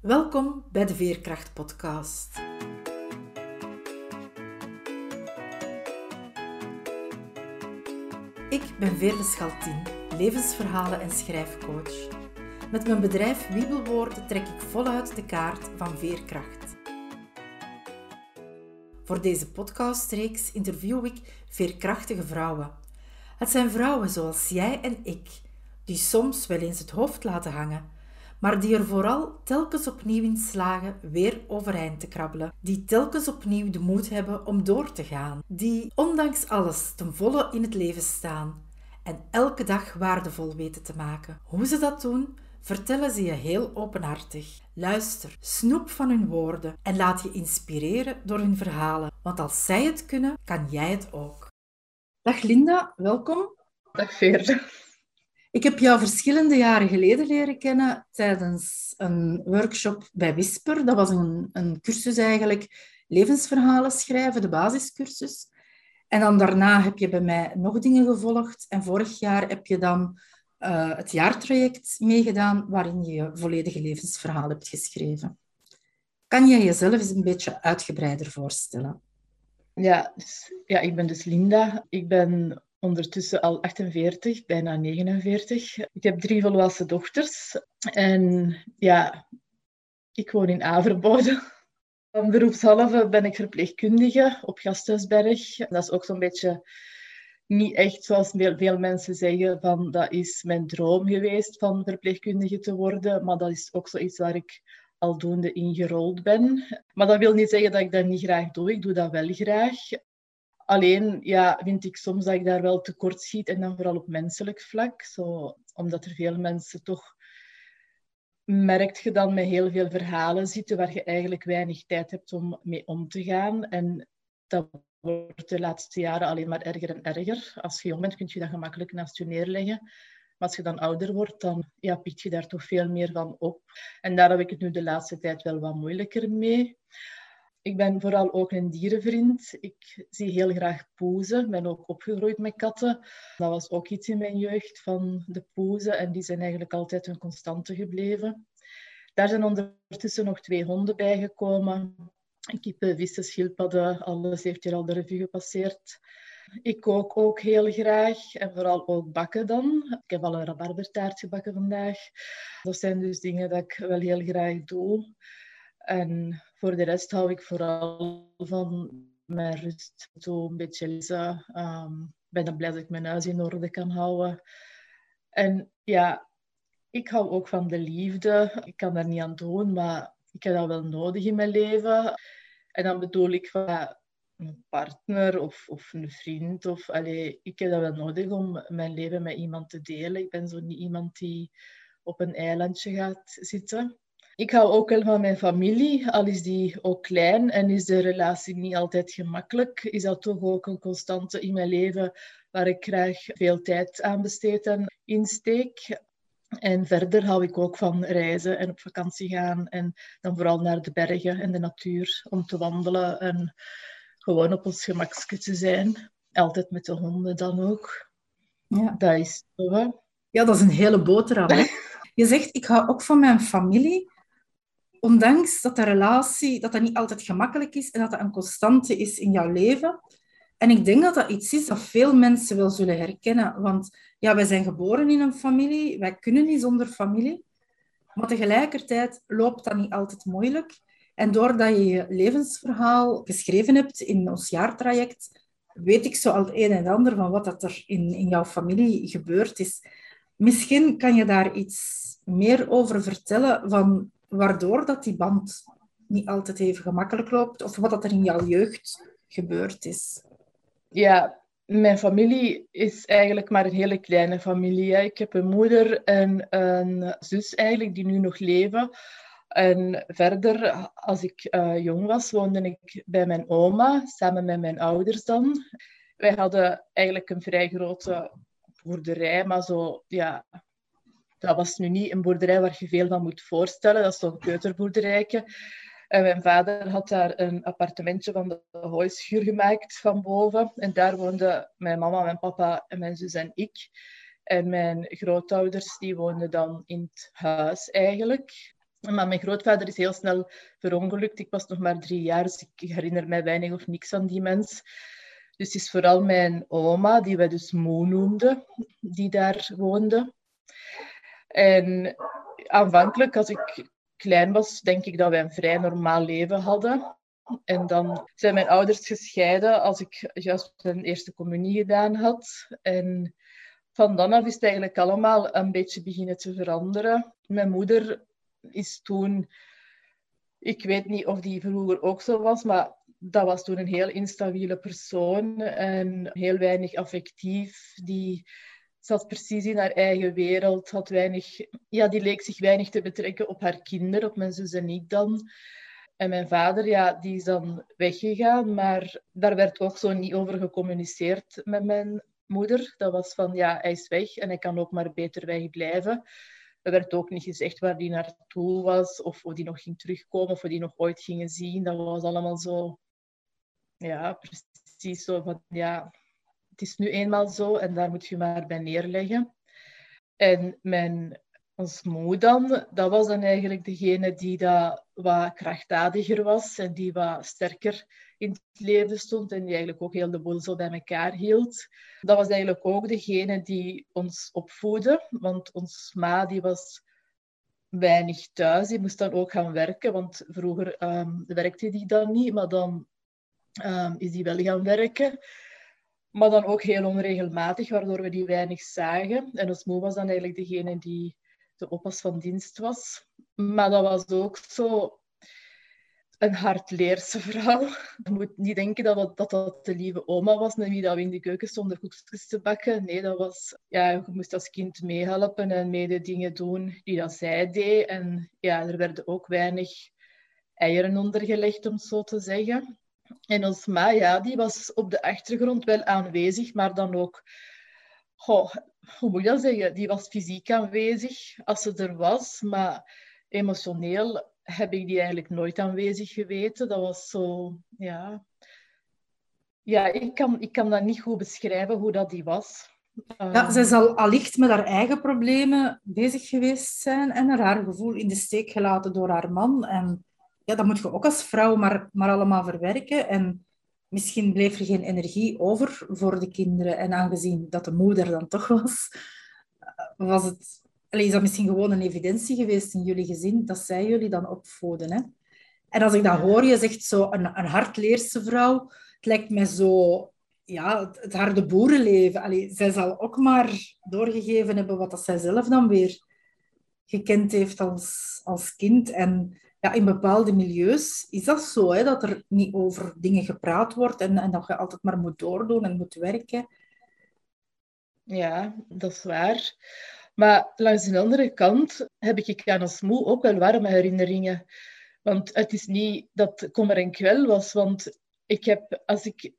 Welkom bij de Veerkracht Podcast. Ik ben Veerle Schaltien, levensverhalen- en schrijfcoach. Met mijn bedrijf Wiebelwoorden trek ik voluit de kaart van veerkracht. Voor deze podcastreeks interview ik veerkrachtige vrouwen. Het zijn vrouwen zoals jij en ik, die soms wel eens het hoofd laten hangen, maar die er vooral telkens opnieuw in slagen weer overeind te krabbelen. Die telkens opnieuw de moed hebben om door te gaan. Die ondanks alles ten volle in het leven staan en elke dag waardevol weten te maken. Hoe ze dat doen, vertellen ze je heel openhartig. Luister, snoep van hun woorden en laat je inspireren door hun verhalen. Want als zij het kunnen, kan jij het ook. Dag Linda, welkom. Dag Veerle. Ik heb jou verschillende jaren geleden leren kennen tijdens een workshop bij Whisper. Dat was een cursus eigenlijk, levensverhalen schrijven, de basiscursus. En dan daarna heb je bij mij nog dingen gevolgd. En vorig jaar heb je dan het jaartraject meegedaan, waarin je je volledige levensverhaal hebt geschreven. Kan jij jezelf eens een beetje uitgebreider voorstellen? Ja, ik ben dus Linda. Ik ben ondertussen al 48, bijna 49. Ik heb 3 volwassen dochters. En ja, ik woon in Averboden. Van beroepshalve ben ik verpleegkundige op Gasthuisberg. Dat is ook zo'n beetje niet echt zoals veel mensen zeggen, van dat is mijn droom geweest van verpleegkundige te worden. Maar dat is ook zoiets waar ik aldoende in gerold ben. Maar dat wil niet zeggen dat ik dat niet graag doe. Ik doe dat wel graag. Alleen vind ik soms dat ik daar wel tekort schiet. En dan vooral op menselijk vlak. Omdat er veel mensen toch, merkt je dan, met heel veel verhalen zitten waar je eigenlijk weinig tijd hebt om mee om te gaan. En dat wordt de laatste jaren alleen maar erger en erger. Als je jong bent kun je dat gemakkelijk naast je neerleggen. Maar als je dan ouder wordt, dan pikt je daar toch veel meer van op. En daar heb ik het nu de laatste tijd wel wat moeilijker mee. Ik ben vooral ook een dierenvriend. Ik zie heel graag poezen. Ik ben ook opgegroeid met katten. Dat was ook iets in mijn jeugd, van de poezen. En die zijn eigenlijk altijd een constante gebleven. Daar zijn ondertussen nog 2 honden bijgekomen. Kippen, vissen, schildpadden, alles heeft hier al de revue gepasseerd. Ik kook ook heel graag en vooral ook bakken dan. Ik heb al een rabarbertaart gebakken vandaag. Dat zijn dus dingen dat ik wel heel graag doe. En voor de rest hou ik vooral van mijn rust. Zo een beetje lezen. Ik ben dan blij dat ik mijn huis in orde kan houden. En ik hou ook van de liefde. Ik kan daar niet aan doen, maar ik heb dat wel nodig in mijn leven. En dan bedoel ik van een partner of een vriend. Ik heb dat wel nodig om mijn leven met iemand te delen. Ik ben zo niet iemand die op een eilandje gaat zitten. Ik hou ook wel van mijn familie, al is die ook klein en is de relatie niet altijd gemakkelijk. Is dat toch ook een constante in mijn leven waar ik graag veel tijd aan besteed en insteek. En verder hou ik ook van reizen en op vakantie gaan. En dan vooral naar de bergen en de natuur om te wandelen en gewoon op ons gemakje te zijn. Altijd met de honden dan ook. Ja, Dat is zo. ja, dat is een hele boterham, hè? Je zegt, ik hou ook van mijn familie, ondanks dat de relatie dat niet altijd gemakkelijk is en dat dat een constante is in jouw leven. En ik denk dat dat iets is dat veel mensen wel zullen herkennen. Want ja, wij zijn geboren in een familie, wij kunnen niet zonder familie. Maar tegelijkertijd loopt dat niet altijd moeilijk. En doordat je je levensverhaal geschreven hebt in ons jaartraject, weet ik zo al het een en ander van wat dat er in jouw familie gebeurd is. Misschien kan je daar iets meer over vertellen van waardoor dat die band niet altijd even gemakkelijk loopt of wat dat er in jouw jeugd gebeurd is. Ja, mijn familie is eigenlijk maar een hele kleine familie. Hè. Ik heb een moeder en een zus eigenlijk die nu nog leven. En verder, als ik jong was, woonde ik bij mijn oma, samen met mijn ouders dan. Wij hadden eigenlijk een vrij grote boerderij, maar dat was nu niet een boerderij waar je veel van moet voorstellen. Dat is toch een peuterboerderijtje. En mijn vader had daar een appartementje van de hooischuur gemaakt van boven. En daar woonden mijn mama, mijn papa en mijn zus en ik. En mijn grootouders die woonden dan in het huis eigenlijk. Maar mijn grootvader is heel snel verongelukt. Ik was nog maar 3 jaar, dus ik herinner mij weinig of niks van die mens. Dus het is vooral mijn oma, die wij dus Moe noemden, die daar woonde. En aanvankelijk, als ik klein was, denk ik dat wij een vrij normaal leven hadden. En dan zijn mijn ouders gescheiden als ik juist mijn eerste communie gedaan had. En van dan af is het eigenlijk allemaal een beetje beginnen te veranderen. Mijn moeder is toen... Ik weet niet of die vroeger ook zo was, maar dat was toen een heel instabiele persoon en heel weinig affectief. Die zat precies in haar eigen wereld, had weinig, ja, die leek zich weinig te betrekken op haar kinderen, op mijn zus en ik dan. En mijn vader, ja, die is dan weggegaan, maar daar werd ook zo niet over gecommuniceerd met mijn moeder. Dat was van, ja, hij is weg en hij kan ook maar beter wegblijven. Er werd ook niet gezegd waar die naartoe was, of die nog ging terugkomen, of we die nog ooit gingen zien. Dat was allemaal zo, ja, precies zo van, ja, het is nu eenmaal zo en daar moet je maar bij neerleggen. En ons moe dan, dat was dan eigenlijk degene die dat wat krachtdadiger was en die wat sterker in het leven stond en die eigenlijk ook heel de boel zo bij elkaar hield. Dat was eigenlijk ook degene die ons opvoedde, want ons ma die was weinig thuis, die moest dan ook gaan werken, want vroeger werkte die dan niet, maar dan is die wel gaan werken. Maar dan ook heel onregelmatig, waardoor we die weinig zagen. En ons moe was dan eigenlijk degene die de oppas van dienst was. Maar dat was ook zo een hardleerse vrouw. Je moet niet denken dat de lieve oma was met wie dat we in de keuken stonden koekjes te bakken. Nee, dat was... Ja, je moest als kind meehelpen en mede dingen doen die dat zij deed. En ja, er werden ook weinig eieren ondergelegd, om het zo te zeggen. En ons ma, ja, die was op de achtergrond wel aanwezig, maar dan ook... hoe moet je dat zeggen? Die was fysiek aanwezig als ze er was, maar emotioneel heb ik die eigenlijk nooit aanwezig geweten. Dat was zo, ja... Ja, ik kan dat niet goed beschrijven, hoe dat die was. Ja, zij zal allicht met haar eigen problemen bezig geweest zijn en haar gevoel in de steek gelaten door haar man. En ja, dat moet je ook als vrouw maar allemaal verwerken. En misschien bleef er geen energie over voor de kinderen. En aangezien dat de moeder dan toch was het... is dat misschien gewoon een evidentie geweest in jullie gezin, dat zij jullie dan opvoeden, hè? En als ik dat hoor, je zegt zo een hardleerse vrouw, het lijkt mij zo... Ja, het harde boerenleven. Zij zal ook maar doorgegeven hebben wat dat zij zelf dan weer gekend heeft als kind. En ja, in bepaalde milieus is dat zo, hè, dat er niet over dingen gepraat wordt en dat je altijd maar moet doordoen en moet werken. Ja, dat is waar. Maar langs de andere kant heb ik aan ons moe ook wel warme herinneringen. Want het is niet dat het kommer en kwel was, want ik heb, als ik...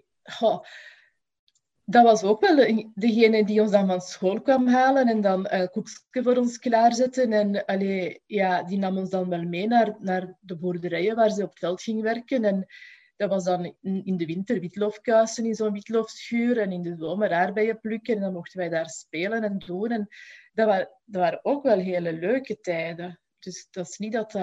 dat was ook wel degene die ons dan van school kwam halen en dan koekjes voor ons klaarzetten. En ja, die nam ons dan wel mee naar de boerderijen waar ze op het veld ging werken. En dat was dan in de winter witloofkuisen in zo'n witloofschuur en in de zomer aardbeien plukken. En dan mochten wij daar spelen en doen. En dat waren ook wel hele leuke tijden. Dus dat is niet dat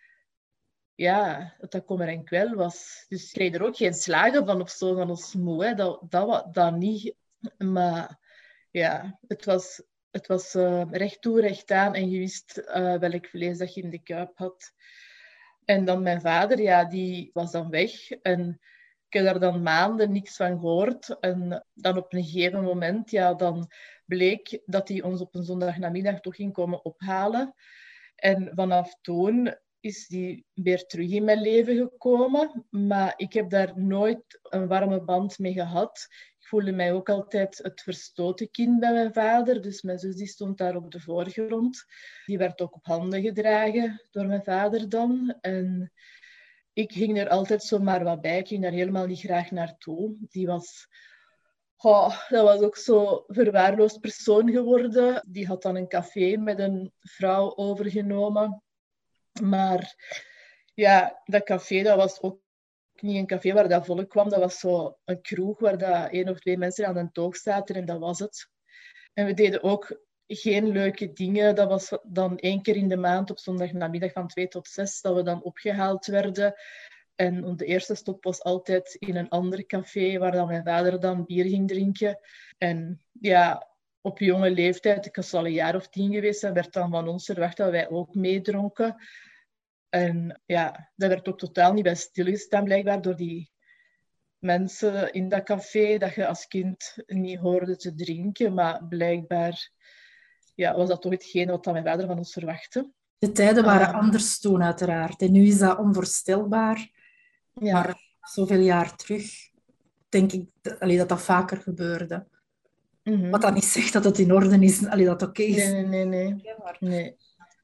dat kommer en kwel was. Dus ik kreeg er ook geen slagen van of zo van ons moe. Hè. Dat niet. Maar ja, het was recht toe, recht aan en je wist welk vlees dat je in de kuip had. En dan mijn vader, ja, die was dan weg. En ik heb daar dan maanden niks van gehoord. En dan op een gegeven moment, ja, dan bleek dat hij ons op een zondagnamiddag toch ging komen ophalen. En vanaf toen is die weer terug in mijn leven gekomen. Maar ik heb daar nooit een warme band mee gehad. Ik voelde mij ook altijd het verstoten kind bij mijn vader. Dus mijn zus die stond daar op de voorgrond. Die werd ook op handen gedragen door mijn vader dan. En ik ging er altijd zomaar wat bij. Ik ging daar helemaal niet graag naartoe. Die was... dat was ook zo'n verwaarloosd persoon geworden. Die had dan een café met een vrouw overgenomen. Maar ja, dat café, dat was ook niet een café waar dat volk kwam. Dat was zo een kroeg waar dat 1 of 2 mensen aan een toog zaten en dat was het. En we deden ook geen leuke dingen. Dat was dan 1 keer in de maand op zondagnamiddag van 2 tot 6 dat we dan opgehaald werden. En de eerste stop was altijd in een ander café waar dan mijn vader dan bier ging drinken. En ja, op jonge leeftijd, ik was al een jaar of 10 geweest, en werd dan van ons verwacht dat wij ook meedronken. En ja, dat werd ook totaal niet bij stilgestaan blijkbaar door die mensen in dat café, dat je als kind niet hoorde te drinken. Maar blijkbaar was dat toch hetgeen wat mijn vader van ons verwachtte. De tijden waren anders toen, uiteraard. En nu is dat onvoorstelbaar. Ja. Maar zoveel jaar terug denk ik dat dat vaker gebeurde. Mm-hmm. Wat dat niet zegt dat het in orde is, dat het oké is. Nee. Nee.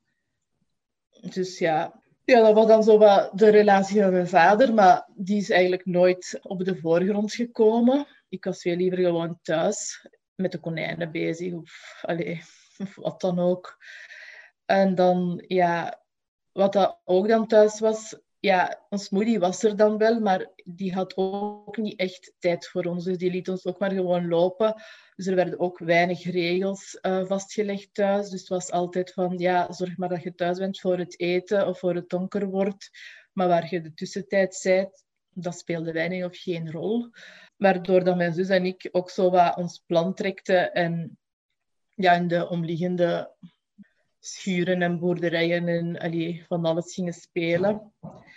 Dus ja, dat was dan zo wat de relatie van mijn vader, maar die is eigenlijk nooit op de voorgrond gekomen. Ik was veel liever gewoon thuis met de konijnen bezig of wat dan ook. En dan, wat dat ook dan thuis was, ons moeder was er dan wel, maar die had ook niet echt tijd voor ons. Dus die liet ons ook maar gewoon lopen. Dus er werden ook weinig regels vastgelegd thuis. Dus het was altijd van, zorg maar dat je thuis bent voor het eten of voor het donker wordt. Maar waar je de tussentijd bent, dat speelde weinig of geen rol. Waardoor dat mijn zus en ik ook zo wat ons plan trekten en in de omliggende schuren en boerderijen en van alles gingen spelen.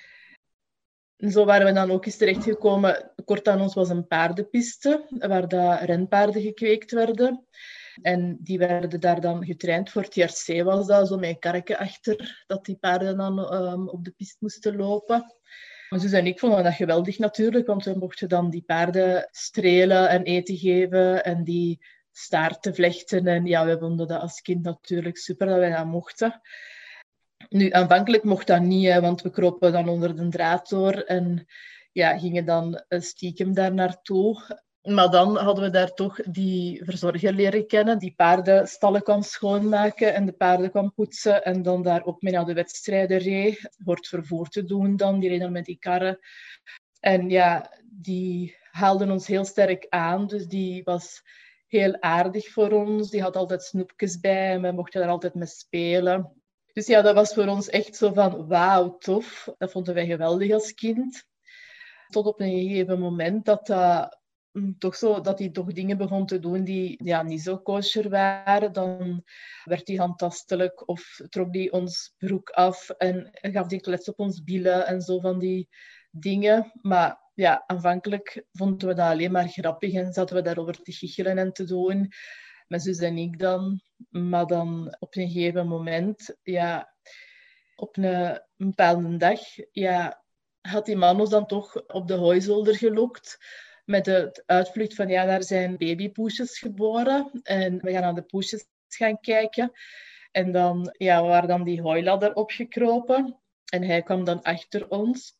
En zo waren we dan ook eens terechtgekomen. Kort aan ons was een paardenpiste, waar dat renpaarden gekweekt werden. En die werden daar dan getraind voor het TRC, was dat, zo met een karretje achter, dat die paarden dan op de piste moesten lopen. Mijn zus en ik vonden dat geweldig natuurlijk, want we mochten dan die paarden strelen en eten geven en die staarten vlechten. En we vonden dat als kind natuurlijk super dat wij dat mochten. Nu, aanvankelijk mocht dat niet, want we kropen dan onder de draad door en gingen dan stiekem daar naartoe. Maar dan hadden we daar toch die verzorger leren kennen, die paardenstallen kwam schoonmaken en de paarden kwam poetsen en dan daar ook mee naar de wedstrijden reed. Hoort vervoer te doen dan, die reed dan met die karren. En die haalden ons heel sterk aan, dus die was heel aardig voor ons. Die had altijd snoepjes bij en we mochten daar altijd mee spelen. Dus dat was voor ons echt zo van, wauw, tof. Dat vonden wij geweldig als kind. Tot op een gegeven moment dat hij toch dingen begon te doen die niet zo kosher waren. Dan werd hij handtastelijk of trok hij ons broek af en gaf hij klets op ons billen en zo van die dingen. Maar aanvankelijk vonden we dat alleen maar grappig en zaten we daarover te giechelen en te doen. Mijn zus en ik dan. Maar dan op een gegeven moment, op een bepaalde dag, had die man ons dan toch op de hooizolder gelokt met het uitvlucht van, daar zijn babypoesjes geboren en we gaan naar de poesjes gaan kijken. En dan, we waren dan die hooiladder opgekropen en hij kwam dan achter ons.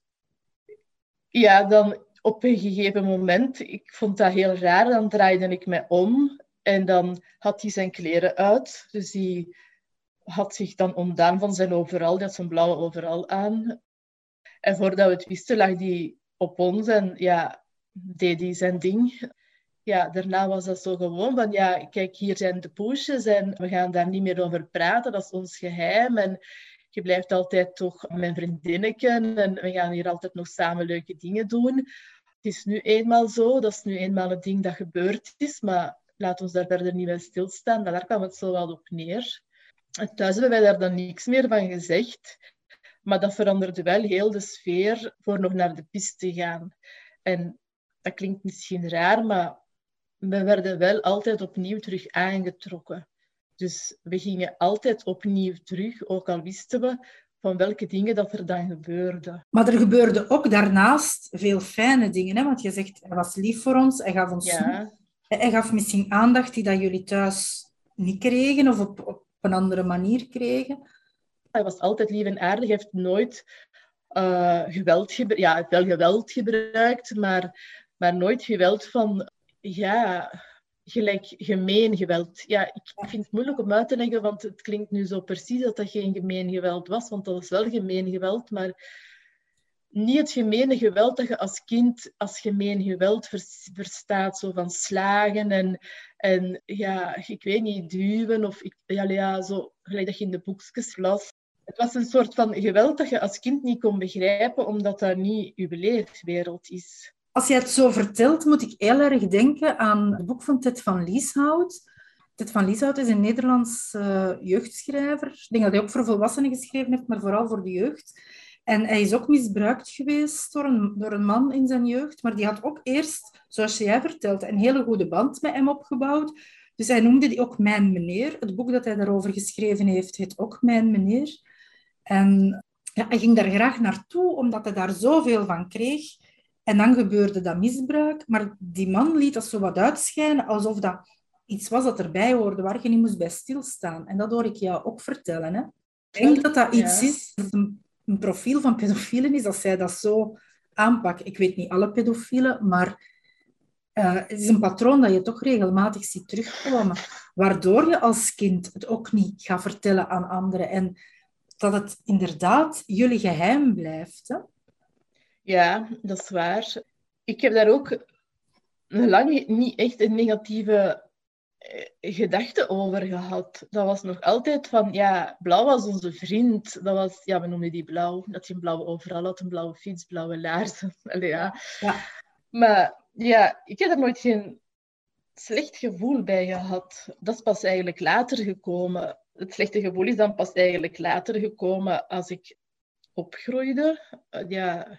Dan op een gegeven moment, ik vond dat heel raar, dan draaide ik mij om en dan had hij zijn kleren uit. Dus die had zich dan ontdaan van zijn overal, die had zijn blauwe overal aan. En voordat we het wisten, lag die op ons en deed hij zijn ding. Daarna was dat zo gewoon van, kijk, hier zijn de poesjes en we gaan daar niet meer over praten, dat is ons geheim. En je blijft altijd toch mijn vriendinnetje en we gaan hier altijd nog samen leuke dingen doen. Het is nu eenmaal zo, dat is nu eenmaal het ding dat gebeurd is, maar laat ons daar verder niet bij stilstaan. Daar kwam het zo wel op neer. En thuis hebben wij daar dan niks meer van gezegd. Maar dat veranderde wel heel de sfeer voor nog naar de piste te gaan. En dat klinkt misschien raar, maar we werden wel altijd opnieuw terug aangetrokken. Dus we gingen altijd opnieuw terug, ook al wisten we van welke dingen dat er dan gebeurden. Maar er gebeurde ook daarnaast veel fijne dingen, hè? Want je zegt, hij was lief voor ons, hij gaf ons snoep. Hij gaf misschien aandacht die dat jullie thuis niet kregen of op een andere manier kregen. Hij was altijd lief en aardig. Hij heeft nooit geweld gebruikt. Ja, hij heeft wel geweld gebruikt, maar nooit geweld van, gelijk gemeen geweld. Ja, ik vind het moeilijk om uit te leggen, want het klinkt nu zo precies dat geen gemeen geweld was, want dat was wel gemeen geweld, maar niet het gemene geweld dat je als kind als gemeen geweld verstaat, zo van slagen En ja, ik weet niet, duwen of zo, gelijk dat je in de boekjes las. Het was een soort van geweld dat je als kind niet kon begrijpen, omdat dat niet je beleefdwereld is. Als je het zo vertelt, moet ik heel erg denken aan het boek van Ted van Lieshout. Ted van Lieshout is een Nederlands jeugdschrijver. Ik denk dat hij ook voor volwassenen geschreven heeft, maar vooral voor de jeugd. En hij is ook misbruikt geweest door een man in zijn jeugd. Maar die had ook eerst, zoals jij vertelt, een hele goede band met hem opgebouwd. Dus hij noemde die ook Mijn Meneer. Het boek dat hij daarover geschreven heeft, heet ook Mijn Meneer. En ja, hij ging daar graag naartoe, omdat hij daar zoveel van kreeg. En dan gebeurde dat misbruik. Maar die man liet dat zo wat uitschijnen, alsof dat iets was dat erbij hoorde, waar je niet moest bij stilstaan. En dat hoor ik jou ook vertellen. Hè? Ik denk dat dat iets is, dat een profiel van pedofielen is, als zij dat zo aanpakken. Ik weet niet alle pedofielen, maar het is een patroon dat je toch regelmatig ziet terugkomen. Waardoor je als kind het ook niet gaat vertellen aan anderen. En dat het inderdaad jullie geheim blijft. Hè? Ja, dat is waar. Ik heb daar ook lang niet echt een negatieve gedachte over gehad. Dat was nog altijd van, ja, Blauw was onze vriend. Dat was, ja, we noemden die Blauw. Dat hij een blauwe overal had, een blauwe fiets, blauwe laarzen. Allee, ja. Maar ja, ik heb er nooit geen slecht gevoel bij gehad. Dat is pas eigenlijk later gekomen. Het slechte gevoel is dan pas eigenlijk later gekomen als ik opgroeide. Ja.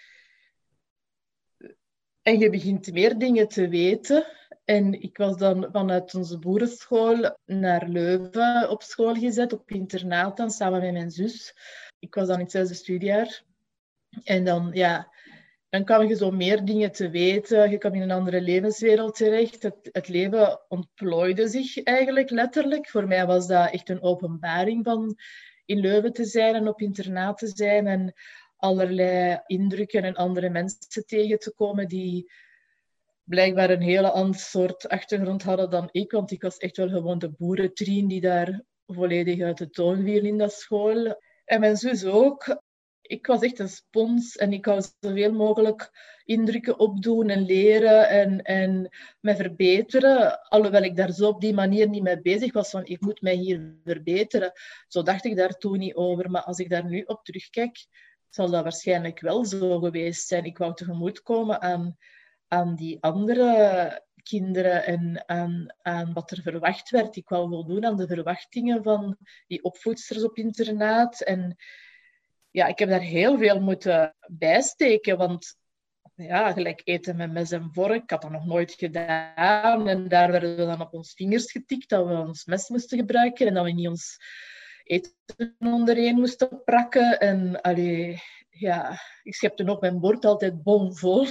En je begint meer dingen te weten. En ik was dan vanuit onze boerenschool naar Leuven op school gezet, op internaat dan, samen met mijn zus. Ik was dan in het 6e studiejaar. En dan, ja, dan kwam je zo meer dingen te weten. Je kwam in een andere levenswereld terecht. Het leven ontplooide zich eigenlijk letterlijk. Voor mij was dat echt een openbaring van in Leuven te zijn en op internaat te zijn. En allerlei indrukken en andere mensen tegen te komen die blijkbaar een hele ander soort achtergrond hadden dan ik. Want ik was echt wel gewoon de boerentrien die daar volledig uit de toon viel in dat school. En mijn zus ook. Ik was echt een spons en ik wou zoveel mogelijk indrukken opdoen en leren en me verbeteren. Alhoewel ik daar zo op die manier niet mee bezig was, van ik moet mij hier verbeteren. Zo dacht ik daar toen niet over. Maar als ik daar nu op terugkijk, zal dat waarschijnlijk wel zo geweest zijn. Ik wou tegemoetkomen aan die andere kinderen en aan wat er verwacht werd. Ik wou voldoen aan de verwachtingen van die opvoedsters op internaat. En ja, ik heb daar heel veel moeten bijsteken, want ja, gelijk eten met mes en vork, ik had dat nog nooit gedaan. En daar werden we dan op ons vingers getikt dat we ons mes moesten gebruiken en dat we niet ons eten ondereen moesten prakken. En allee, ja, ik schepte op mijn bord altijd bomvol.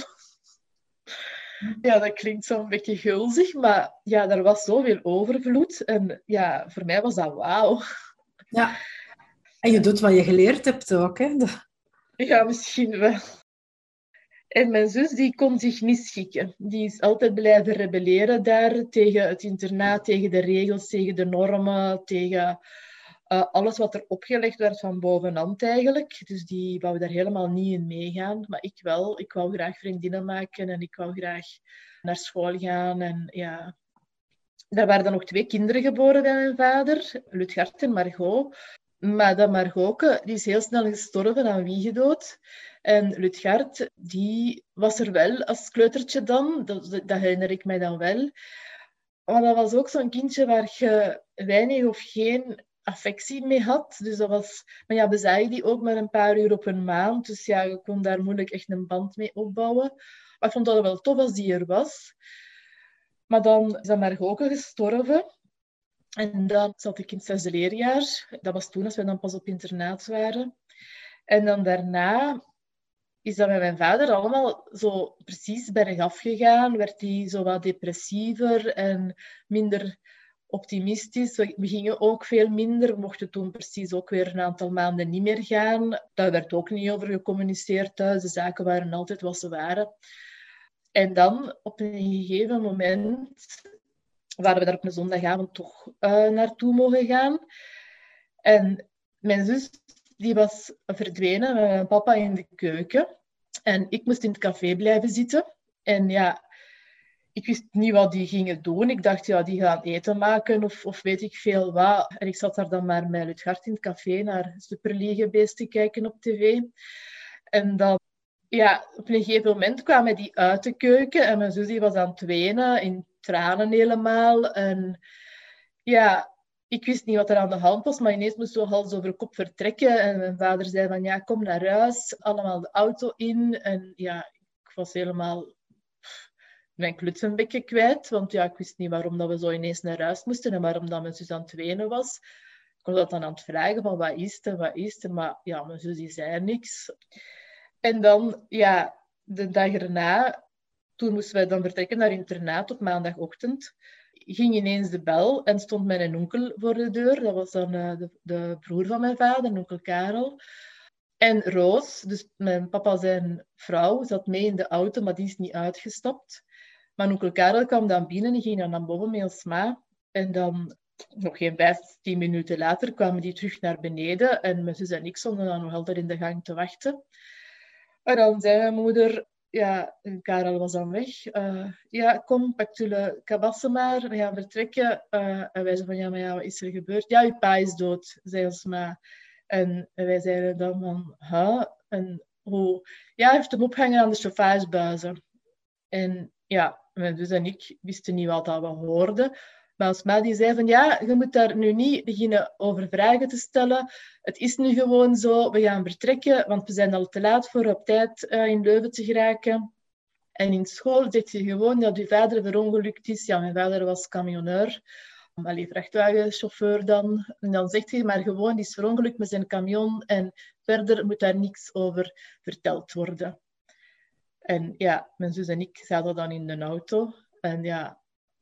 Ja, dat klinkt zo'n beetje gulzig, maar ja, er was zoveel overvloed. En ja, voor mij was dat wauw. Ja, en je doet wat je geleerd hebt ook, hè? Ja, misschien wel. En mijn zus die kon zich niet schikken. Die is altijd blijven rebelleren daar tegen het internaat, tegen de regels, tegen de normen, tegen alles wat er opgelegd werd van bovenhand eigenlijk. Dus die wou daar helemaal niet in meegaan. Maar ik wel. Ik wou graag vriendinnen maken en ik wou graag naar school gaan. En ja, er waren dan nog 2 kinderen geboren bij mijn vader, Lutgard en Margot. Maar dat Margot, die is heel snel gestorven aan wiegedood. En Lutgard, die was er wel als kleutertje dan. Dat herinner ik mij dan wel. Maar dat was ook zo'n kindje waar je weinig of geen affectie mee had. Dus dat was... Maar ja, we zagen die ook maar een paar uur op een maand. Dus ja, je kon daar moeilijk echt een band mee opbouwen. Maar ik vond dat wel tof als die er was. Maar dan is dat Margot gestorven. En dan zat ik in het 6e leerjaar. Dat was toen, als we dan pas op internaat waren. En dan daarna is dat met mijn vader allemaal zo precies bergaf gegaan. Werd hij zo wat depressiever en minder optimistisch. We gingen ook veel minder. We mochten toen precies ook weer een aantal maanden niet meer gaan. Daar werd ook niet over gecommuniceerd thuis. De zaken waren altijd wat ze waren. En dan, op een gegeven moment, waren we daar op een zondagavond toch naartoe mogen gaan. En mijn zus die was verdwenen met mijn papa in de keuken. En ik moest in het café blijven zitten. En ja, ik wist niet wat die gingen doen. Ik dacht, ja, die gaan eten maken of weet ik veel wat. En ik zat daar dan maar met Lutgard in het café naar Superliga-beest te kijken op tv. En dan, ja, op een gegeven moment kwamen die uit de keuken en mijn zus die was aan het wenen, in tranen helemaal. En ja, ik wist niet wat er aan de hand was, maar ineens moesten we hals over kop vertrekken. En mijn vader zei van, ja, kom naar huis, allemaal de auto in. En ja, ik was helemaal mijn kluts een beetje kwijt, want ja, ik wist niet waarom dat we zo ineens naar huis moesten en waarom dat mijn zus aan het wenen was. Ik was dat dan aan het vragen van, wat is er, wat is er? Maar ja, mijn zus die zei niks. En dan, ja, de dag erna, toen moesten wij dan vertrekken naar internaat op maandagochtend, ging ineens de bel en stond mijn onkel voor de deur. Dat was dan de broer van mijn vader, onkel Karel. En Roos, dus mijn papa zijn vrouw, zat mee in de auto, maar die is niet uitgestapt. Maar onkel Karel kwam dan binnen en ging dan naar boven met ons ma. En dan, nog geen 15 minuten later, kwamen die terug naar beneden. En mijn zus en ik stonden dan nog altijd in de gang te wachten. En dan zei mijn moeder, ja, Karel was dan weg. Ja, kom, pak jullie kabassen maar, we gaan vertrekken. En wij zeiden van, ja, maar ja, wat is er gebeurd? Ja, uw pa is dood, zei ons ma. En wij zeiden dan van, huh? En hoe? Ja, hij heeft hem opgehangen aan de chauffeursbuizen. En ja, mijn zus en ik wisten niet wat dat we hoorden. Maar als ma die zei van, ja, je moet daar nu niet beginnen over vragen te stellen. Het is nu gewoon zo, we gaan vertrekken, want we zijn al te laat voor op tijd in Leuven te geraken. En in school zegt je gewoon dat je vader verongelukt is. Ja, mijn vader was camionneur. Allee, vrachtwagenchauffeur dan. En dan zegt hij maar gewoon, die is verongelukt met zijn camion en verder moet daar niks over verteld worden. En ja, mijn zus en ik zaten dan in de auto. En ja,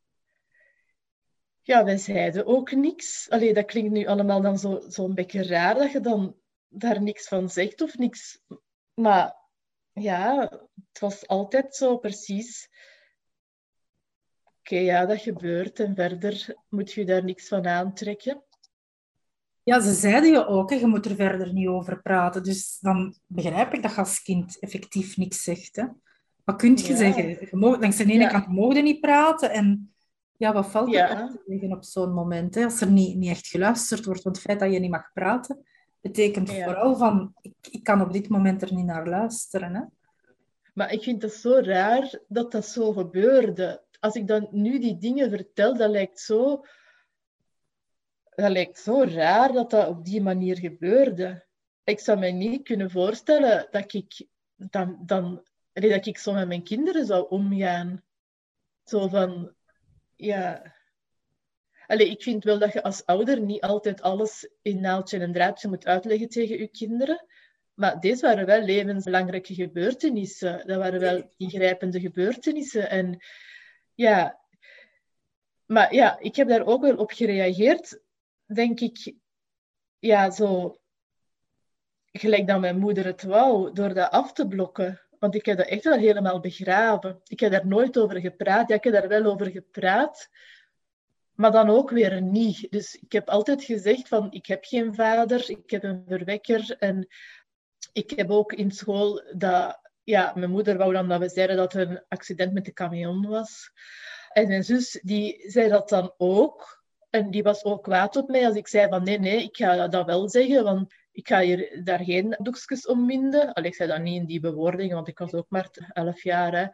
wij zeiden ook niks. Allee, dat klinkt nu allemaal dan zo'n beetje raar, dat je dan daar niks van zegt of niks. Maar ja, het was altijd zo precies. Oké, ja, dat gebeurt en verder moet je daar niks van aantrekken. Ja, ze zeiden je ook, hè, je moet er verder niet over praten. Dus dan begrijp ik dat je als kind effectief niks zegt. Hè. Wat kun je zeggen? Langs de ene kant mogen je niet praten. En ja, wat valt er op te zeggen op zo'n moment? Hè? Als er niet echt geluisterd wordt. Want het feit dat je niet mag praten, betekent vooral van... Ik kan op dit moment er niet naar luisteren. Hè? Maar ik vind het zo raar dat dat zo gebeurde. Als ik dan nu die dingen vertel, dat lijkt zo raar dat dat op die manier gebeurde. Ik zou me niet kunnen voorstellen dat ik dat ik zo met mijn kinderen zou omgaan. Zo van, ja... Allee, ik vind wel dat je als ouder niet altijd alles in naaldje en draadje moet uitleggen tegen je kinderen. Maar deze waren wel levensbelangrijke gebeurtenissen. Dat waren wel ingrijpende gebeurtenissen. En ja... Maar ja, ik heb daar ook wel op gereageerd, denk ik. Ja, zo... Gelijk dat mijn moeder het wou, door dat af te blokken. Want ik heb dat echt wel helemaal begraven. Ik heb daar nooit over gepraat. Ja, ik heb daar wel over gepraat, maar dan ook weer niet. Dus ik heb altijd gezegd van, ik heb geen vader, ik heb een verwekker. En ik heb ook in school dat... Ja, mijn moeder wou dan dat we zeiden dat er een accident met de camion was. En mijn zus, die zei dat dan ook. En die was ook kwaad op mij als ik zei van, nee, ik ga dat wel zeggen, want ik ga daar geen doekjes om winden. Allee, ik zei dat niet in die bewoordingen, want ik was ook maar 11 jaar. Hè.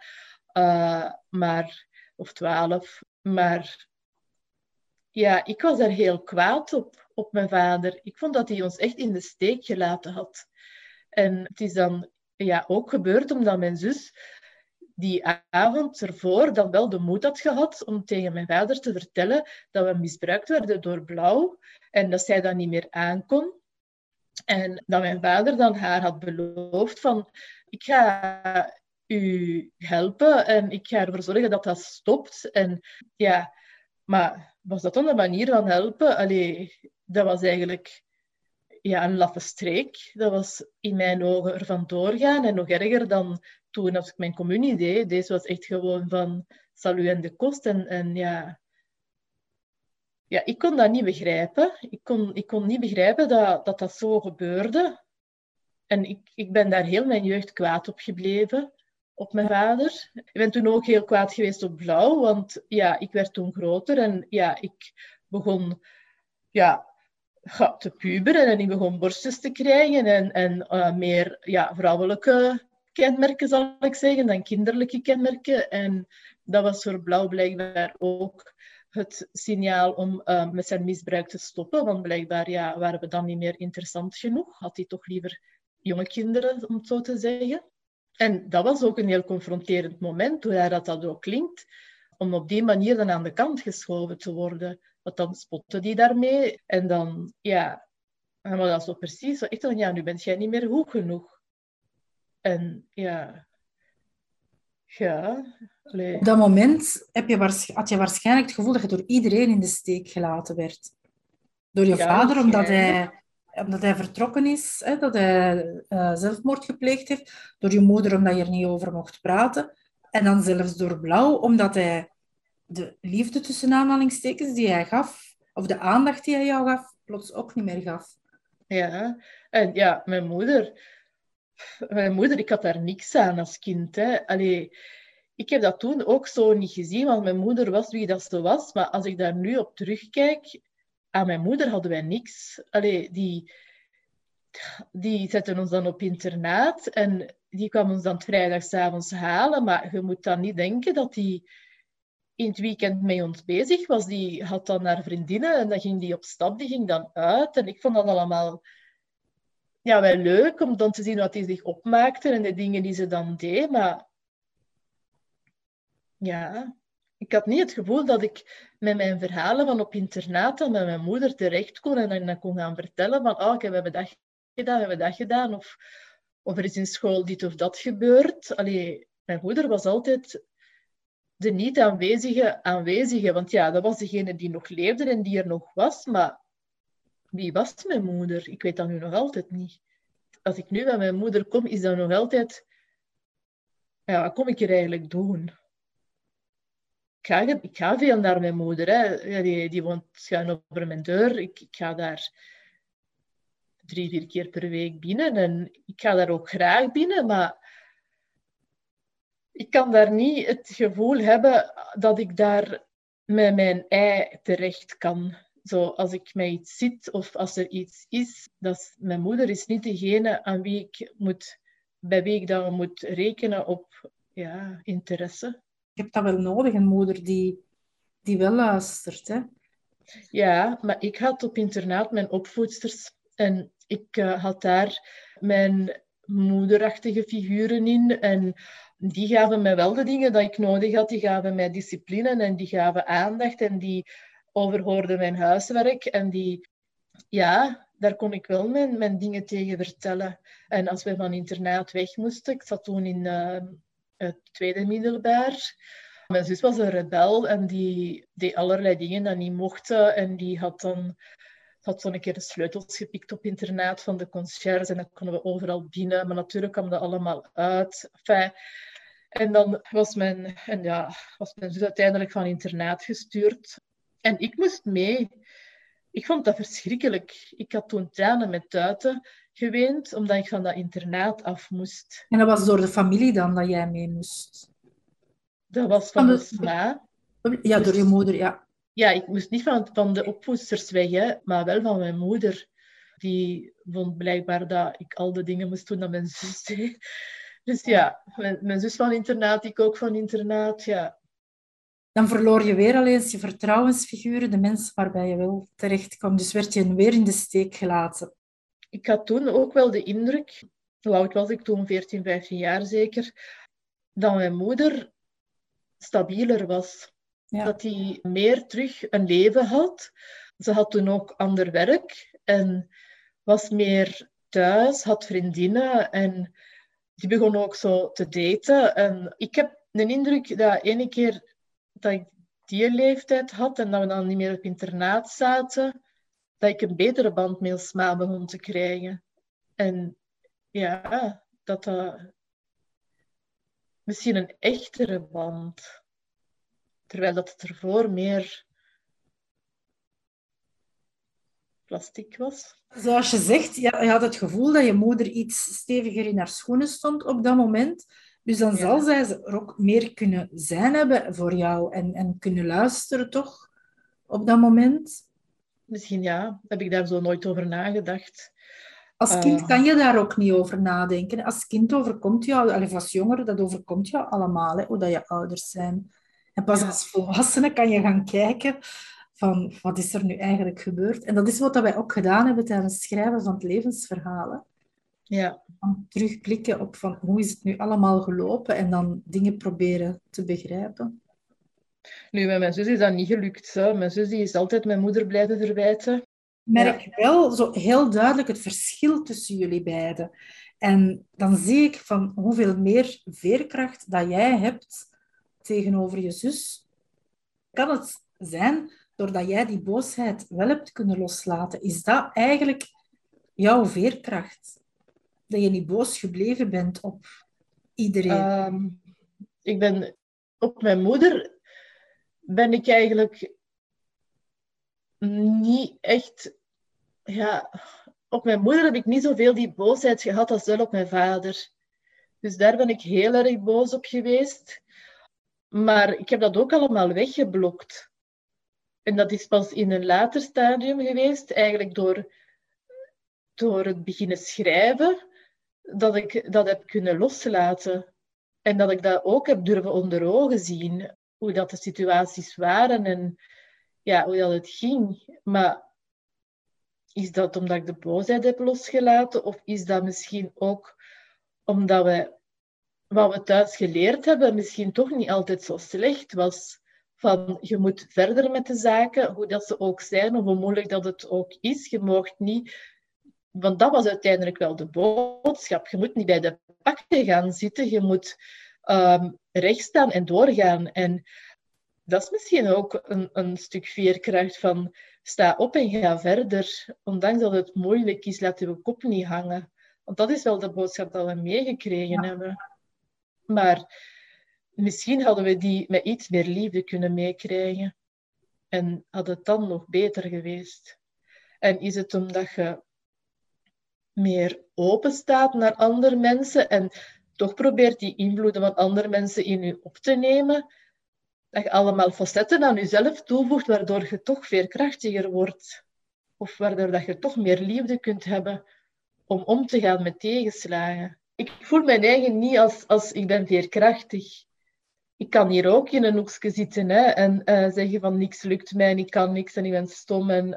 Of 12. Maar ja, ik was daar heel kwaad op mijn vader. Ik vond dat hij ons echt in de steek gelaten had. En het is dan ook gebeurd omdat mijn zus die avond ervoor dan wel de moed had gehad om tegen mijn vader te vertellen dat we misbruikt werden door Blauw en dat zij dat niet meer aankon. En dat mijn vader dan haar had beloofd van, ik ga u helpen en ik ga ervoor zorgen dat dat stopt. En ja, maar was dat dan een manier van helpen? Allee, dat was eigenlijk een laffe streek. Dat was in mijn ogen ervan doorgaan. En nog erger dan toen als ik mijn communie deed. Deze was echt gewoon van salu en de kost. En ja, ik kon dat niet begrijpen. Ik kon niet begrijpen dat zo gebeurde. En ik ben daar heel mijn jeugd kwaad op gebleven. op mijn vader. Ik ben toen ook heel kwaad geweest op Blauw, want ja, ik werd toen groter en ja, ik begon te puberen en ik begon borstjes te krijgen en meer vrouwelijke kenmerken, zal ik zeggen, dan kinderlijke kenmerken. En dat was voor Blauw blijkbaar ook het signaal om met zijn misbruik te stoppen, want blijkbaar waren we dan niet meer interessant genoeg. Had hij toch liever jonge kinderen, om het zo te zeggen. En dat was ook een heel confronterend moment, hoe hij dat ook klinkt, om op die manier dan aan de kant geschoven te worden. Want dan spotte die daarmee. En dan, en was dat zo precies zo echt van, nu ben jij niet meer goed genoeg. En Op dat moment had je waarschijnlijk het gevoel dat je door iedereen in de steek gelaten werd. Door je vader, omdat hij vertrokken is, hè, dat hij zelfmoord gepleegd heeft. Door je moeder, omdat je er niet over mocht praten. En dan zelfs door Blauw, omdat hij de liefde tussen aanhalingstekens die hij gaf, of de aandacht die hij jou gaf, plots ook niet meer gaf. Ja, en mijn moeder, ik had daar niks aan als kind. Hè. Allee, ik heb dat toen ook zo niet gezien, want mijn moeder was wie dat ze was. Maar als ik daar nu op terugkijk, aan mijn moeder hadden wij niks. Allee, die zetten ons dan op internaat en die kwam ons dan vrijdagavond halen. Maar je moet dan niet denken dat die in het weekend met ons bezig was. Die had dan haar vriendinnen en dan ging die op stap, die ging dan uit. En ik vond dat allemaal wel leuk om dan te zien wat die zich opmaakte en de dingen die ze dan deed. Maar ik had niet het gevoel dat ik met mijn verhalen van op internaat dan met mijn moeder terecht kon en dan kon gaan vertellen van we hebben dat gedaan, we hebben dat gedaan. Of er is in school dit of dat gebeurd. Allee, mijn moeder was altijd de niet aanwezige. Want dat was degene die nog leefde en die er nog was. Maar wie was mijn moeder? Ik weet dat nu nog altijd niet. Als ik nu bij mijn moeder kom, is dat nog altijd... wat kom ik hier eigenlijk doen? Ik ga veel naar mijn moeder. Hè. Die woont schuin over mijn deur. Ik ga daar 3-4 keer per week binnen. En ik ga daar ook graag binnen, maar ik kan daar niet het gevoel hebben dat ik daar met mijn ei terecht kan. Zo, als ik met iets zit of als er iets is, mijn moeder is niet degene bij wie ik dan moet rekenen op interesse. Je hebt dat wel nodig, een moeder die wel luistert. Hè? Ja, maar ik had op internaat mijn opvoedsters en ik had daar mijn moederachtige figuren in en die gaven mij wel de dingen die ik nodig had. Die gaven mij discipline en die gaven aandacht en die overhoorden mijn huiswerk en daar kon ik wel mijn dingen tegen vertellen. En als we van internaat weg moesten, ik zat toen in het tweede middelbaar. Mijn zus was een rebel en die deed allerlei dingen dat niet mochten. En die had zo een keer de sleutels gepikt op internaat van de conciërge. En dan konden we overal binnen. Maar natuurlijk kwam dat allemaal uit. Enfin, en dan was mijn zus uiteindelijk van internaat gestuurd. En ik moest mee. Ik vond dat verschrikkelijk. Ik had toen tranen met tuiten geweend, omdat ik van dat internaat af moest. En dat was door de familie dan dat jij mee moest? Dat was van de SMA. Ja, door je moeder, ja. Ja, ik moest niet van de opvoedsters weg, hè, maar wel van mijn moeder. Die vond blijkbaar dat ik al de dingen moest doen dat mijn zus deed. Dus mijn zus van internaat, ik ook van internaat, Dan verloor je weer al eens je vertrouwensfiguren, de mensen waarbij je wel terecht kwam. Dus werd je weer in de steek gelaten. Ik had toen ook wel de indruk, hoe oud was ik toen, 14, 15 jaar zeker, dat mijn moeder stabieler was. Ja. Dat hij meer terug een leven had. Ze had toen ook ander werk en was meer thuis, had vriendinnen en die begon ook zo te daten. En ik heb de indruk dat ene keer dat ik die leeftijd had en dat we dan niet meer op internaat zaten, dat ik een betere band met Sma begon te krijgen. En dat misschien een echtere band. Terwijl dat het ervoor meer plastic was. Zoals je zegt, je had het gevoel dat je moeder iets steviger in haar schoenen stond op dat moment. Dus dan zal Ja. zij er ook meer kunnen zijn hebben voor jou en kunnen luisteren toch op dat moment. Misschien ja, heb ik daar zo nooit over nagedacht. Als kind Ehm, kan je daar ook niet over nadenken. Als kind overkomt jou, of als jongere, dat overkomt jou allemaal, hè, hoe dat je ouders zijn. En pas ja, als volwassene kan je gaan kijken van wat is er nu eigenlijk gebeurd. En dat is wat wij ook gedaan hebben tijdens het schrijven van het levensverhaal. Hè. ja. Van terugblikken op van hoe is het nu allemaal gelopen en dan dingen proberen te begrijpen. Nu, met mijn zus is dat niet gelukt. Hè. Mijn zus die is altijd mijn moeder blijven verwijten. Ik Ja, merk wel zo heel duidelijk het verschil tussen jullie beiden. En dan zie ik van hoeveel meer veerkracht dat jij hebt tegenover je zus. Kan het zijn, doordat jij die boosheid wel hebt kunnen loslaten, is dat eigenlijk jouw veerkracht? Dat je niet boos gebleven bent op iedereen. ehm, ik ben op mijn moeder ben ik eigenlijk niet echt. Ja, op mijn moeder heb ik niet zoveel die boosheid gehad als wel op mijn vader. Dus daar ben ik heel erg boos op geweest. Maar ik heb dat ook allemaal weggeblokt. En dat is pas in een later stadium geweest, eigenlijk door het beginnen schrijven, dat ik dat heb kunnen loslaten. En dat ik dat ook heb durven onder ogen zien, hoe dat de situaties waren en ja, hoe dat het ging. Maar is dat omdat ik de boosheid heb losgelaten? Of is dat misschien ook omdat wat we thuis geleerd hebben misschien toch niet altijd zo slecht was? Van, je moet verder met de zaken, hoe dat ze ook zijn, of hoe moeilijk dat het ook is. Je mag niet... Want dat was uiteindelijk wel de boodschap. Je moet niet bij de pakken gaan zitten. Je moet recht staan en doorgaan. En dat is misschien ook een stuk veerkracht van sta op en ga verder. Ondanks dat het moeilijk is, laat je kop niet hangen. Want dat is wel de boodschap dat we meegekregen Ja. hebben. Maar misschien hadden we die met iets meer liefde kunnen meekrijgen. En had het dan nog beter geweest. En is het omdat je meer open staat naar andere mensen en toch probeert die invloeden van andere mensen in je op te nemen, dat je allemaal facetten aan jezelf toevoegt, waardoor je toch veerkrachtiger wordt. Of waardoor dat je toch meer liefde kunt hebben om te gaan met tegenslagen. Ik voel mijn eigen niet als ik ben veerkrachtig. Ik kan hier ook in een hoekje zitten hè, en zeggen van niks lukt mij en ik kan niks en ik ben stom. En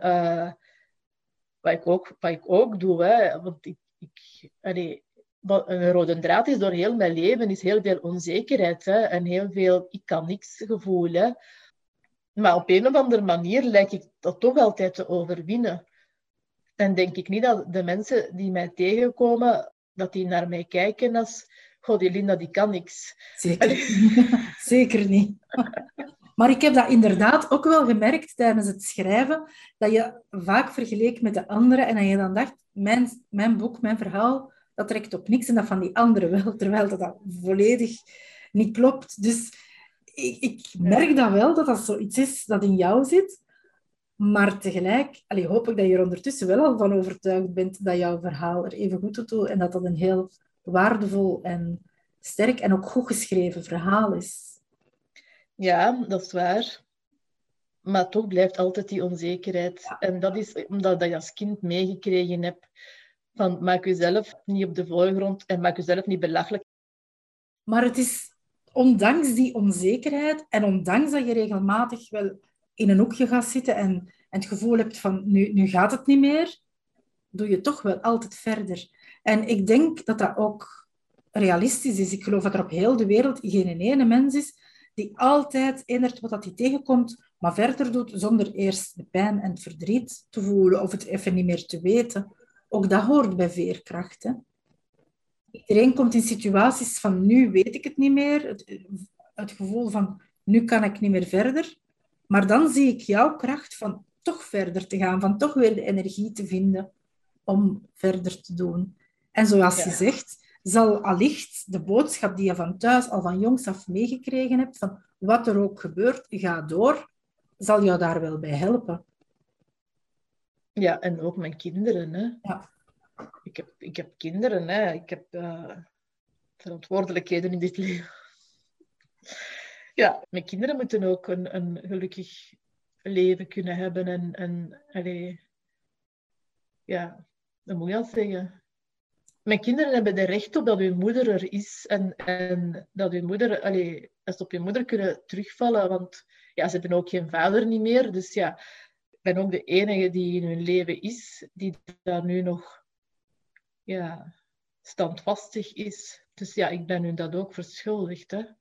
wat ik ook doe, hè, want allee, een rode draad is door heel mijn leven is heel veel onzekerheid hè, en heel veel ik kan niks gevoel. Hè. Maar op een of andere manier lijkt ik dat toch altijd te overwinnen. En denk ik niet dat de mensen die mij tegenkomen, dat die naar mij kijken als goh, die Linda, die kan niks. Zeker. Zeker niet. Maar ik heb dat inderdaad ook wel gemerkt tijdens het schrijven, dat je vaak vergeleek met de anderen en dat je dan dacht, mijn boek, mijn verhaal, dat trekt op niks en dat van die anderen wel, terwijl dat volledig niet klopt. Dus ik merk dat wel, dat dat zoiets is dat in jou zit, maar tegelijk hoop ik dat je er ondertussen wel al van overtuigd bent dat jouw verhaal er even goed toe doet en dat dat een heel waardevol en sterk en ook goed geschreven verhaal is. Ja, dat is waar. Maar toch blijft altijd die onzekerheid. En dat is omdat je als kind meegekregen hebt van maak jezelf niet op de voorgrond en maak jezelf niet belachelijk. Maar het is ondanks die onzekerheid en ondanks dat je regelmatig wel in een hoekje gaat zitten en het gevoel hebt van nu gaat het niet meer, doe je toch wel altijd verder. En ik denk dat dat ook realistisch is. Ik geloof dat er op heel de wereld geen ene mens is die altijd eendert wat hij tegenkomt, maar verder doet zonder eerst de pijn en het verdriet te voelen of het even niet meer te weten. Ook dat hoort bij veerkracht. Hè? Iedereen komt in situaties van nu weet ik het niet meer, het gevoel van nu kan ik niet meer verder. Maar dan zie ik jouw kracht van toch verder te gaan, van toch weer de energie te vinden om verder te doen. En zoals je Ja, zegt, zal allicht de boodschap die je van thuis al van jongs af meegekregen hebt, van wat er ook gebeurt, ga door, zal jou daar wel bij helpen. ja, en ook mijn kinderen. Hè. Ja. Ik heb kinderen. Hè. verantwoordelijkheden in dit leven. Ja, mijn kinderen moeten ook een gelukkig leven kunnen hebben. Allee, ja, dat moet je al zeggen. Mijn kinderen hebben er recht op dat hun moeder er is. En dat hun moeder, allee, als ze op je moeder kunnen terugvallen. Want ja, ze hebben ook geen vader niet meer. Dus ja, ik ben ook de enige die in hun leven is. Die daar nu nog ja, standvastig is. Dus ja, ik ben hun dat ook verschuldigd. Hè.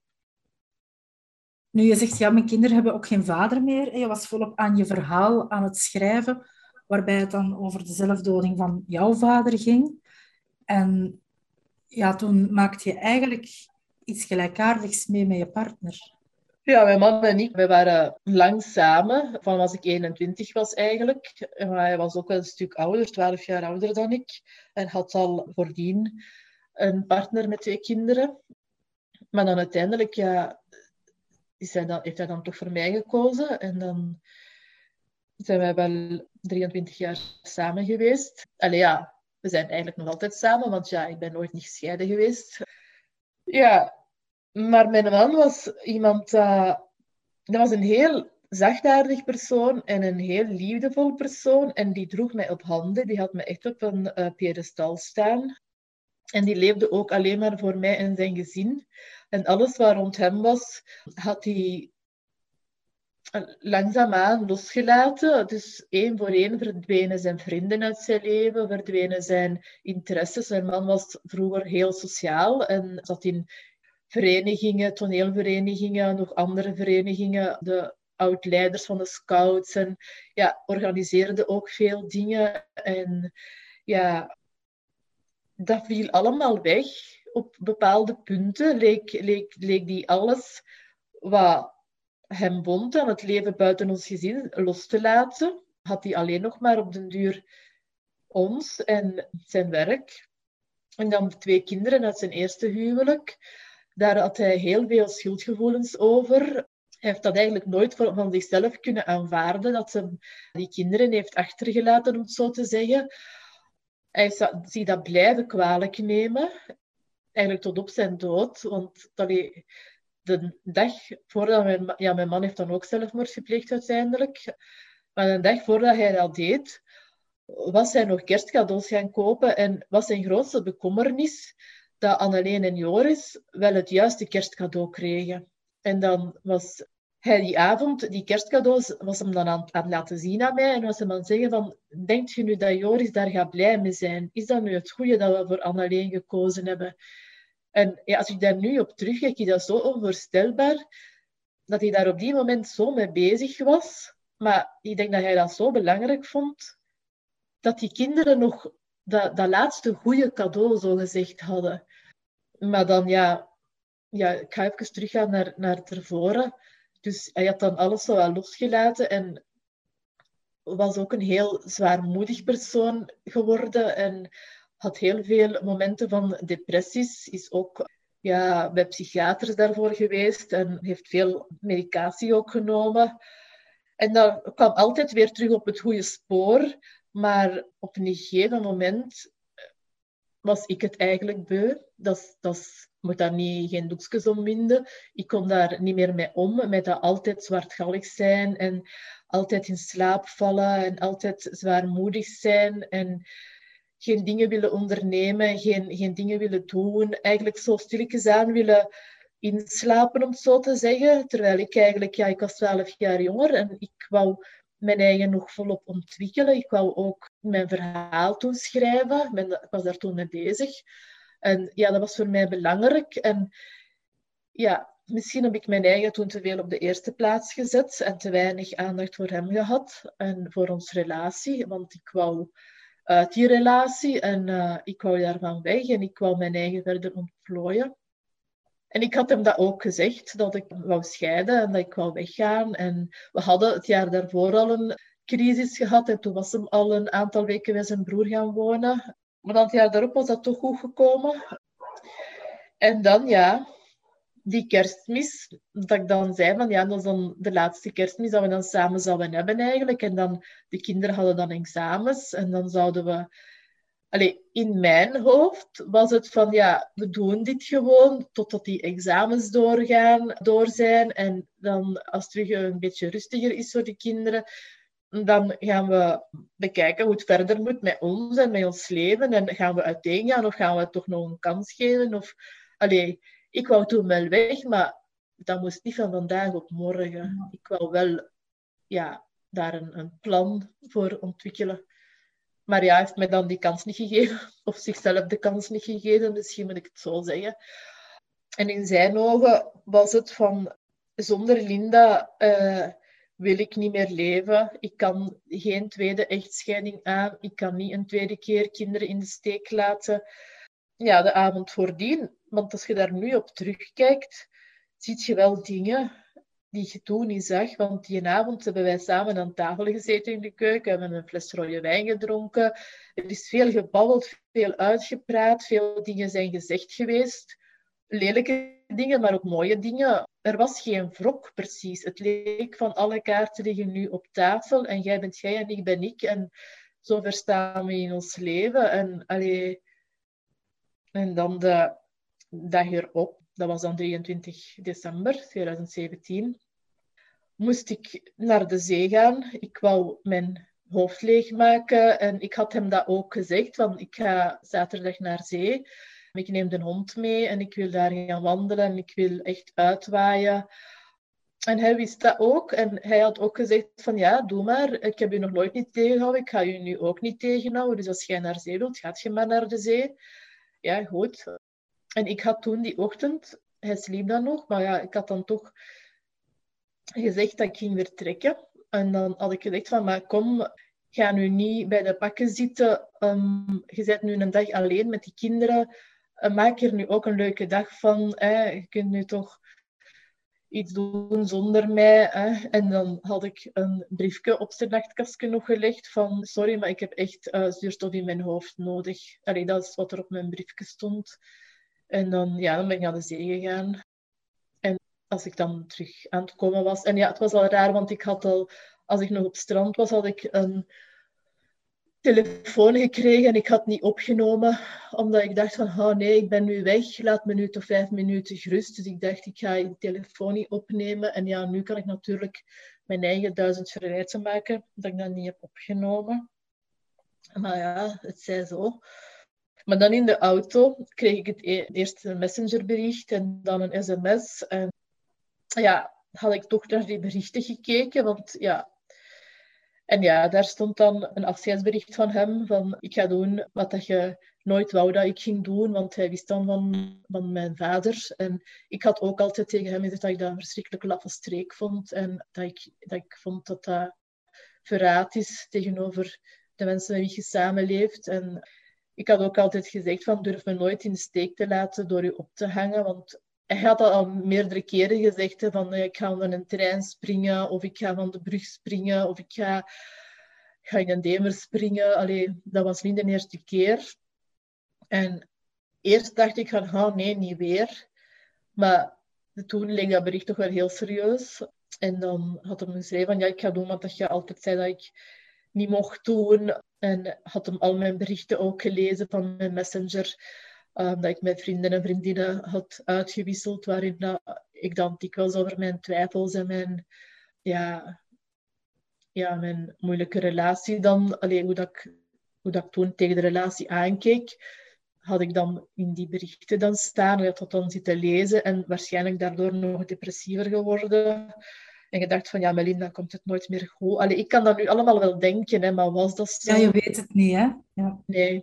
Nu, je zegt, ja, mijn kinderen hebben ook geen vader meer. En je was volop aan je verhaal aan het schrijven, waarbij het dan over de zelfdoding van jouw vader ging. En ja, toen maakte je eigenlijk iets gelijkaardigs mee met je partner. Ja, mijn man en ik, we waren lang samen, van als ik 21 was eigenlijk. Maar hij was ook wel een stuk ouder, 12 jaar ouder dan ik. En had al voordien een partner met 2 kinderen. Maar dan uiteindelijk, ja, heeft hij dan toch voor mij gekozen. En dan zijn wij wel 23 jaar samen geweest. Allee, ja, we zijn eigenlijk nog altijd samen, want ja, ik ben nooit niet gescheiden geweest. Ja, maar mijn man was iemand dat was een heel zachtaardig persoon en een heel liefdevol persoon. En die droeg mij op handen. Die had me echt op een piedestal staan. En die leefde ook alleen maar voor mij en zijn gezin. En alles wat rond hem was, had hij langzaamaan losgelaten. Dus 1 voor 1 verdwenen zijn vrienden uit zijn leven, verdwenen zijn interesses. Zijn man was vroeger heel sociaal en zat in verenigingen, toneelverenigingen, nog andere verenigingen, de oud-leiders van de scouts en ja, organiseerde ook veel dingen. En ja, dat viel allemaal weg. Op bepaalde punten leek die alles wat hem bond aan het leven buiten ons gezin los te laten. Had hij alleen nog maar op den duur ons en zijn werk. En dan de 2 kinderen uit zijn eerste huwelijk. Daar had hij heel veel schuldgevoelens over. Hij heeft dat eigenlijk nooit van zichzelf kunnen aanvaarden, dat ze die kinderen heeft achtergelaten, om het zo te zeggen. Hij heeft zich dat blijven kwalijk nemen, eigenlijk tot op zijn dood. Want de dag voordat mijn man heeft dan ook zelfmoord gepleegd uiteindelijk. Maar een dag voordat hij dat deed, was hij nog kerstcadeaus gaan kopen en was zijn grootste bekommernis dat Anneleen en Joris wel het juiste kerstcadeau kregen. En dan was hij die avond, die kerstcadeaus, was hem dan aan het laten zien aan mij en was hem aan het zeggen van, denkt je nu dat Joris daar gaat blij mee zijn? Is dat nu het goede dat we voor Anneleen gekozen hebben? En ja, als ik daar nu op terugkijk, is dat zo onvoorstelbaar dat hij daar op die moment zo mee bezig was. Maar ik denk dat hij dat zo belangrijk vond, dat die kinderen nog dat laatste goede cadeau, zo gezegd, hadden. Maar dan, ja, ik ga even teruggaan naar tevoren. Dus hij had dan alles zo wel losgelaten en was ook een heel zwaarmoedig persoon geworden en had heel veel momenten van depressies. Is ook bij psychiaters daarvoor geweest en heeft veel medicatie ook genomen. En dan kwam altijd weer terug op het goede spoor. Maar op een gegeven moment was ik het eigenlijk beu. Moet daar geen doekjes om winden. Ik kon daar niet meer mee om, met dat altijd zwartgallig zijn en altijd in slaap vallen en altijd zwaarmoedig zijn en geen dingen willen ondernemen, geen dingen willen doen. Eigenlijk zo stilletjes aan willen inslapen, om het zo te zeggen. Terwijl ik was 12 jaar jonger en ik wou mijn eigen nog volop ontwikkelen. Ik wou ook mijn verhaal toen schrijven. Ik was daar toen mee bezig. En ja, dat was voor mij belangrijk. En ja, misschien heb ik mijn eigen toen te veel op de eerste plaats gezet en te weinig aandacht voor hem gehad en voor onze relatie. Want ik wou uit die relatie en ik wou daarvan weg en ik wou mijn eigen verder ontplooien. En ik had hem dat ook gezegd, dat ik wou scheiden en dat ik wou weggaan. En we hadden het jaar daarvoor al een crisis gehad en toen was hem al een aantal weken bij zijn broer gaan wonen. Maar dan het jaar daarop was dat toch goed gekomen. En dan, die kerstmis, dat ik dan zei van, dat is dan de laatste kerstmis dat we dan samen zouden hebben eigenlijk. En dan, de kinderen hadden dan examens en dan zouden we Allee, in mijn hoofd was het van, ja, we doen dit gewoon totdat die examens door zijn. En dan, als het terug een beetje rustiger is voor de kinderen, dan gaan we bekijken hoe het verder moet met ons en met ons leven. En gaan we uiteengaan of gaan we het toch nog een kans geven? Of, allee, ik wou toen wel weg, maar dat moest niet van vandaag op morgen. Ik wou wel ja, daar een plan voor ontwikkelen. Maar ja, hij heeft mij dan die kans niet gegeven. Of zichzelf de kans niet gegeven, misschien moet ik het zo zeggen. En in zijn ogen was het van, zonder Linda wil ik niet meer leven. Ik kan geen tweede echtscheiding aan. Ik kan niet een tweede keer kinderen in de steek laten. Ja, de avond voordien. Want als je daar nu op terugkijkt, zie je wel dingen die je toen niet zag. Want die avond hebben wij samen aan tafel gezeten in de keuken. We hebben een fles rode wijn gedronken. Er is veel gebabbeld, veel uitgepraat. Veel dingen zijn gezegd geweest. Lelijke dingen, maar ook mooie dingen. Er was geen wrok precies. Het leek van alle kaarten liggen nu op tafel. En jij bent jij en ik ben ik. En zo verstaan we in ons leven. En dan de dag erop, dat was dan 23 december 2017, moest ik naar de zee gaan. Ik wou mijn hoofd leegmaken en ik had hem dat ook gezegd, want ik ga zaterdag naar zee. Ik neem de hond mee en ik wil daar gaan wandelen en ik wil echt uitwaaien. En hij wist dat ook. En hij had ook gezegd van ja, doe maar. Ik heb je nog nooit niet tegengehouden. Ik ga je nu ook niet tegenhouden. Dus als jij naar zee wilt, gaat je maar naar de zee. Ja, goed. En ik had toen die ochtend, hij sliep dan nog, maar ja, ik had dan toch gezegd dat ik ging vertrekken. En dan had ik gezegd van, maar kom, ga nu niet bij de pakken zitten. Je bent nu een dag alleen met die kinderen. Maak er nu ook een leuke dag van. Je kunt nu toch iets doen zonder mij. En dan had ik een briefje op zijn nachtkastje nog gelegd van sorry, maar ik heb echt zuurstof in mijn hoofd nodig. Allee, dat is wat er op mijn briefje stond. En dan ben ik naar de zee gegaan. En als ik dan terug aan het komen was... En ja, het was al raar, want ik had al... Als ik nog op het strand was, had ik een telefoon gekregen en ik had niet opgenomen, omdat ik dacht van, oh nee, ik ben nu weg, laat me nu toch 5 minuten gerust. Dus ik dacht, ik ga je telefoon niet opnemen. En ja, nu kan ik natuurlijk mijn eigen 1000 verwijten maken, dat ik dat niet heb opgenomen. Maar ja, het zij zo. Maar dan in de auto kreeg ik het eerst een messengerbericht en dan een sms. En ja, had ik toch naar die berichten gekeken, want ja... En ja, daar stond dan een afscheidsbericht van hem, van ik ga doen wat dat je nooit wou dat ik ging doen, want hij wist dan van mijn vader. En ik had ook altijd tegen hem gezegd dat ik dat een verschrikkelijk laffe streek vond en dat ik vond dat dat verraad is tegenover de mensen met wie je samenleeft. En ik had ook altijd gezegd van durf me nooit in de steek te laten door je op te hangen, want hij had al meerdere keren gezegd van ik ga van een trein springen of ik ga van de brug springen of ik ga in een demer springen. Allee, dat was niet de eerste keer. En eerst dacht ik van nee, niet weer. Maar toen leek dat bericht toch wel heel serieus. En dan had hij gezegd van ja, ik ga doen wat je altijd zei dat ik niet mocht doen. En had hem al mijn berichten ook gelezen van mijn messenger. Dat ik met vrienden en vriendinnen had uitgewisseld, waarin ik dan dikwijls over mijn twijfels en mijn moeilijke relatie dan, hoe dat ik toen tegen de relatie aankeek, had ik dan in die berichten dan staan. Ik had dat dan zitten lezen en waarschijnlijk daardoor nog depressiever geworden. En gedacht van, ja, Melinda, komt het nooit meer goed. Ik kan dat nu allemaal wel denken, hè, maar was dat zo? Ja, je weet het niet, hè? Ja. Nee.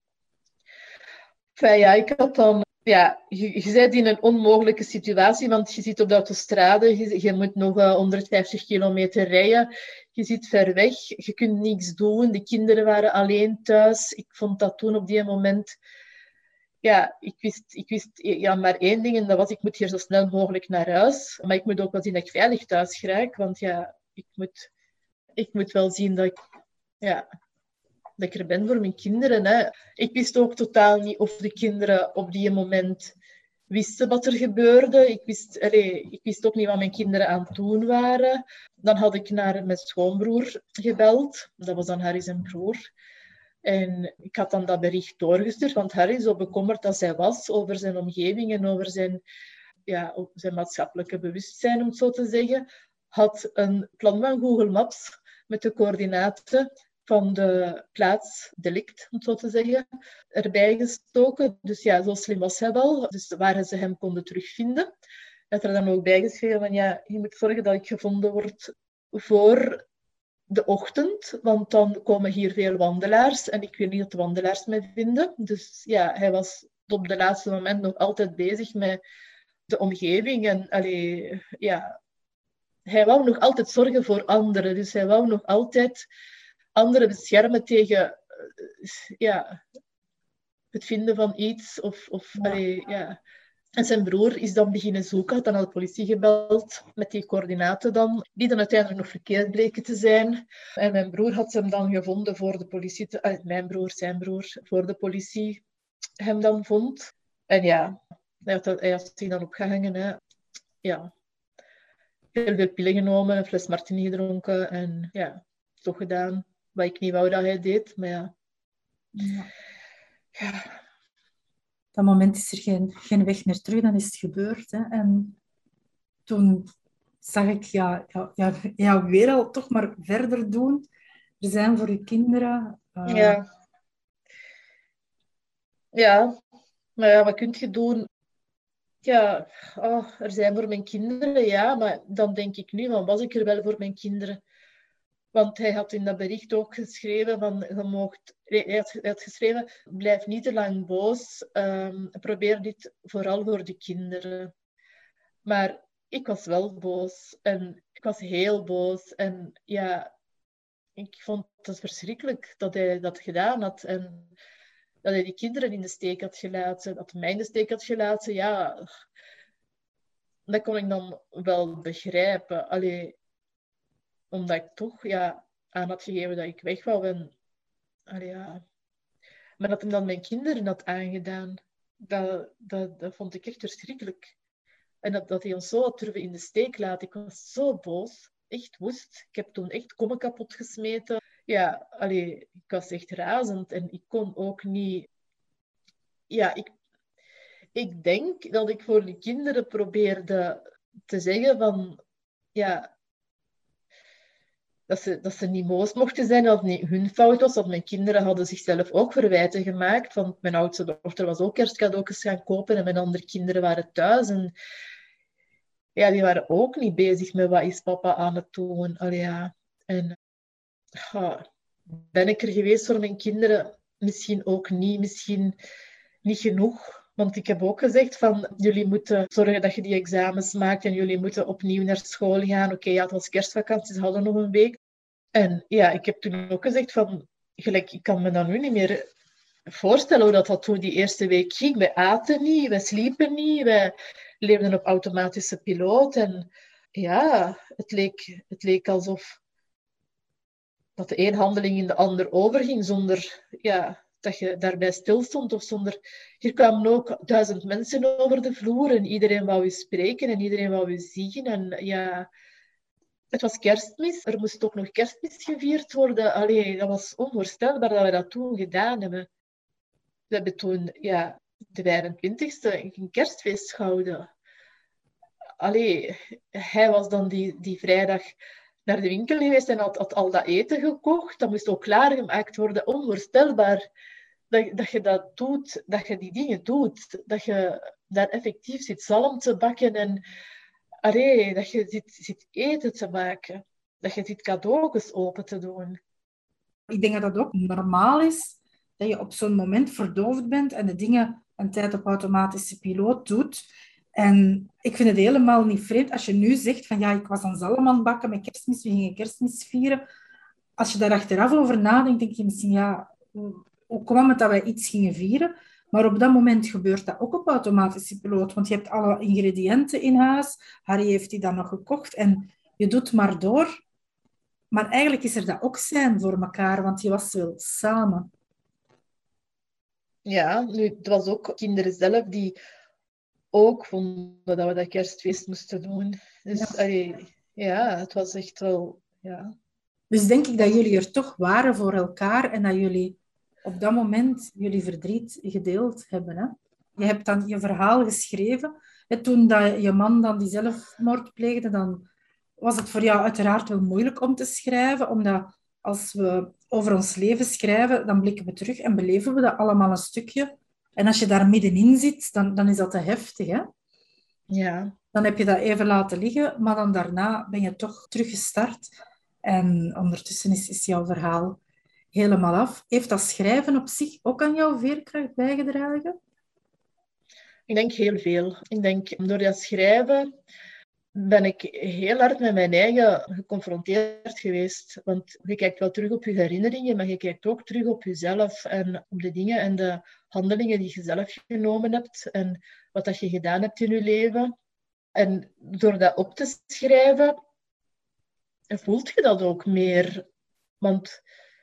Enfin, ja, ik had dan... Ja, je bent in een onmogelijke situatie, want je zit op de autostrade, je moet nog 150 kilometer rijden, je zit ver weg, je kunt niks doen, de kinderen waren alleen thuis. Ik vond dat toen op die moment... Ja, ik wist maar één ding, en dat was, ik moet hier zo snel mogelijk naar huis. Maar ik moet ook wel zien dat ik veilig thuis geraak, want ja, ik moet wel zien dat ik er ben voor mijn kinderen. Hè. Ik wist ook totaal niet of de kinderen op die moment wisten wat er gebeurde. Ik wist ook niet wat mijn kinderen aan het doen waren. Dan had ik naar mijn schoonbroer gebeld. Dat was dan Harry zijn broer. En ik had dan dat bericht doorgestuurd, want Harry, zo bekommerd als hij was over zijn omgeving en over zijn maatschappelijke bewustzijn, om het zo te zeggen, had een plan van Google Maps met de coördinaten van de plaats delict, om het zo te zeggen, erbij gestoken. Dus ja, zo slim was hij wel. Dus waar ze hem konden terugvinden. Hij had er dan ook bijgeschreven van ja, je moet zorgen dat ik gevonden word voor de ochtend, want dan komen hier veel wandelaars en ik wil niet dat de wandelaars mij vinden. Dus ja, hij was op de laatste moment nog altijd bezig met de omgeving en hij wou nog altijd zorgen voor anderen. Dus hij wou nog altijd anderen beschermen tegen het vinden van iets. En zijn broer is dan beginnen zoeken, had dan aan de politie gebeld met die coördinaten dan, die dan uiteindelijk nog verkeerd bleken te zijn. En mijn broer had hem dan gevonden voor de politie, zijn broer, voor de politie hem dan vond. En ja, hij had zich dan opgehangen. Hè. Ja, heel veel pillen genomen, een fles martini gedronken en ja, toch gedaan wat ik niet wou dat hij deed, maar ja. Dat moment is er geen weg meer terug, dan is het gebeurd. Hè. En toen zag ik ja, weer al toch maar verder doen. Er zijn voor je kinderen. Ja, maar ja, wat kun je doen? Ja, er zijn voor mijn kinderen, ja, maar dan denk ik nu, van was ik er wel voor mijn kinderen? Want hij had in dat bericht ook geschreven van, hij had geschreven, blijf niet te lang boos, probeer dit vooral voor de kinderen. Maar ik was wel boos en ik was heel boos en ja, ik vond het verschrikkelijk dat hij dat gedaan had en dat hij die kinderen in de steek had gelaten, dat hij mij in de steek had gelaten, ja, dat kon ik dan wel begrijpen. Allee, omdat ik toch aan had gegeven dat ik weg wou. En, maar dat hij dan mijn kinderen had aangedaan, dat vond ik echt verschrikkelijk. En dat hij ons zo had durven in de steek laten. Ik was zo boos. Echt woest. Ik heb toen echt kommen kapot gesmeten. Ja, ik was echt razend. En ik kon ook niet... Ja, ik denk dat ik voor die kinderen probeerde te zeggen van... Ja, dat ze niet boos mochten zijn, dat het niet hun fout was. Want mijn kinderen hadden zichzelf ook verwijten gemaakt. Want mijn oudste dochter was ook kerstcadeautjes gaan kopen en mijn andere kinderen waren thuis. En ja, die waren ook niet bezig met wat is papa aan het doen. En ben ik er geweest voor mijn kinderen? Misschien ook niet, misschien niet genoeg. Want ik heb ook gezegd van, jullie moeten zorgen dat je die examens maakt en jullie moeten opnieuw naar school gaan. Oké, het was kerstvakantie, ze hadden nog een week. En ja, ik heb toen ook gezegd van, gelijk, ik kan me dan nu niet meer voorstellen hoe dat toen die eerste week ging. Wij aten niet, wij sliepen niet, wij leefden op automatische piloot. En ja, het leek alsof dat de een handeling in de ander overging zonder dat je daarbij stilstond. Of zonder... Hier kwamen ook 1000 mensen over de vloer en iedereen wou je spreken en iedereen wou je zien. En ja, het was kerstmis. Er moest ook nog kerstmis gevierd worden. Dat was onvoorstelbaar dat we dat toen gedaan hebben. We hebben toen de 25e een kerstfeest gehouden. Hij was dan die vrijdag naar de winkel geweest en had al dat eten gekocht. Dat moest ook klaargemaakt worden. Onvoorstelbaar dat je dat doet, dat je die dingen doet. Dat je daar effectief zit zalm te bakken en dat je zit eten te maken. Dat je zit cadeautjes open te doen. Ik denk dat dat ook normaal is, dat je op zo'n moment verdoofd bent en de dingen een tijd op automatische piloot doet. En ik vind het helemaal niet vreemd als je nu zegt van ik was aan zalm aan het bakken met kerstmis, we gingen kerstmis vieren. Als je daar achteraf over nadenkt, denk je misschien, hoe kwam het dat wij iets gingen vieren? Maar op dat moment gebeurt dat ook op automatische piloot, want je hebt alle ingrediënten in huis. Harry heeft die dan nog gekocht en je doet maar door. Maar eigenlijk is er dat ook zijn voor elkaar, want je was wel samen. Ja, nu, het was ook kinderen zelf die ook vonden dat we dat kerstfeest moesten doen. Dus het was echt wel... Ja. Dus denk ik dat jullie er toch waren voor elkaar en dat jullie op dat moment jullie verdriet gedeeld hebben. Hè? Je hebt dan je verhaal geschreven. En toen dat je man dan die zelfmoord pleegde, dan was het voor jou uiteraard wel moeilijk om te schrijven, omdat als we over ons leven schrijven, dan blikken we terug en beleven we dat allemaal een stukje. En als je daar middenin zit, dan is dat te heftig, hè? Ja. Dan heb je dat even laten liggen, maar dan daarna ben je toch teruggestart. En ondertussen is jouw verhaal helemaal af. Heeft dat schrijven op zich ook aan jouw veerkracht bijgedragen? Ik denk heel veel. Ik denk, door dat schrijven ben ik heel hard met mijn eigen geconfronteerd geweest. Want je kijkt wel terug op je herinneringen, maar je kijkt ook terug op jezelf en op de dingen en de handelingen die je zelf genomen hebt en wat dat je gedaan hebt in je leven. En door dat op te schrijven, voelt je dat ook meer. Want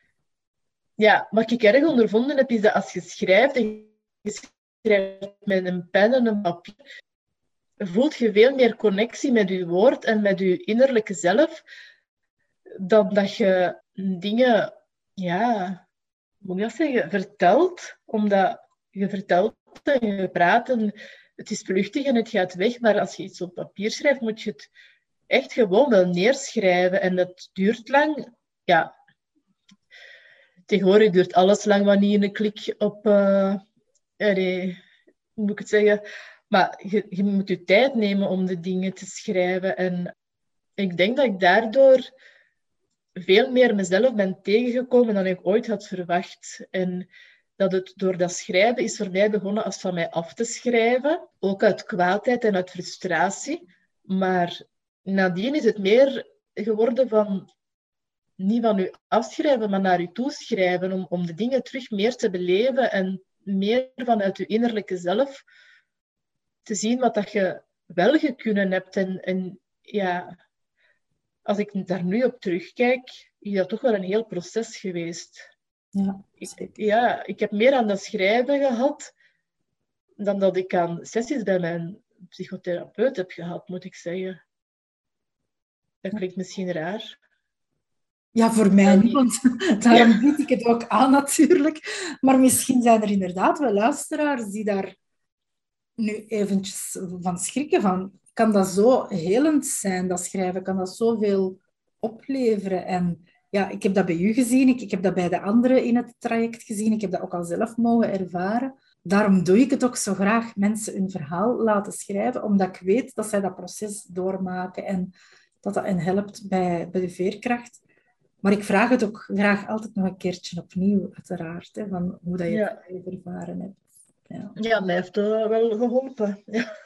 ja, wat ik erg ondervonden heb, is dat als je schrijft en je schrijft met een pen en een papier, voelt je veel meer connectie met je woord en met je innerlijke zelf, dan dat je dingen, ja, hoe moet ik dat zeggen, vertelt. Omdat je vertelt en je praat en het is vluchtig en het gaat weg. Maar als je iets op papier schrijft, moet je het echt gewoon wel neerschrijven. En dat duurt lang. Ja, tegenwoordig duurt alles lang wanneer een klik op... nee, hoe moet ik het zeggen? Maar je moet je tijd nemen om de dingen te schrijven. En ik denk dat ik daardoor veel meer mezelf ben tegengekomen dan ik ooit had verwacht. En dat het door dat schrijven is voor mij begonnen als van mij af te schrijven. Ook uit kwaadheid en uit frustratie. Maar nadien is het meer geworden van... Niet van u afschrijven, maar naar u toeschrijven. Om de dingen terug meer te beleven en meer vanuit uw innerlijke zelf te zien wat dat je wel kunnen hebt. En ja, als ik daar nu op terugkijk, is dat toch wel een heel proces geweest. Ja, ik heb meer aan dat schrijven gehad dan dat ik aan sessies bij mijn psychotherapeut heb gehad, moet ik zeggen. Dat klinkt misschien raar. Ja, voor mij niet, want daarom bied ik het ook aan natuurlijk. Maar misschien zijn er inderdaad wel luisteraars die daar nu eventjes van schrikken. Van, kan dat zo helend zijn, dat schrijven? Kan dat zoveel opleveren? En ja, ik heb dat bij u gezien. Ik heb dat bij de anderen in het traject gezien. Ik heb dat ook al zelf mogen ervaren. Daarom doe ik het ook zo graag, mensen hun verhaal laten schrijven, omdat ik weet dat zij dat proces doormaken en dat dat hen helpt bij de veerkracht. Maar ik vraag het ook graag altijd nog een keertje opnieuw, uiteraard, hè, van hoe dat je het ervaren hebt. Ja, mij heeft dat wel geholpen.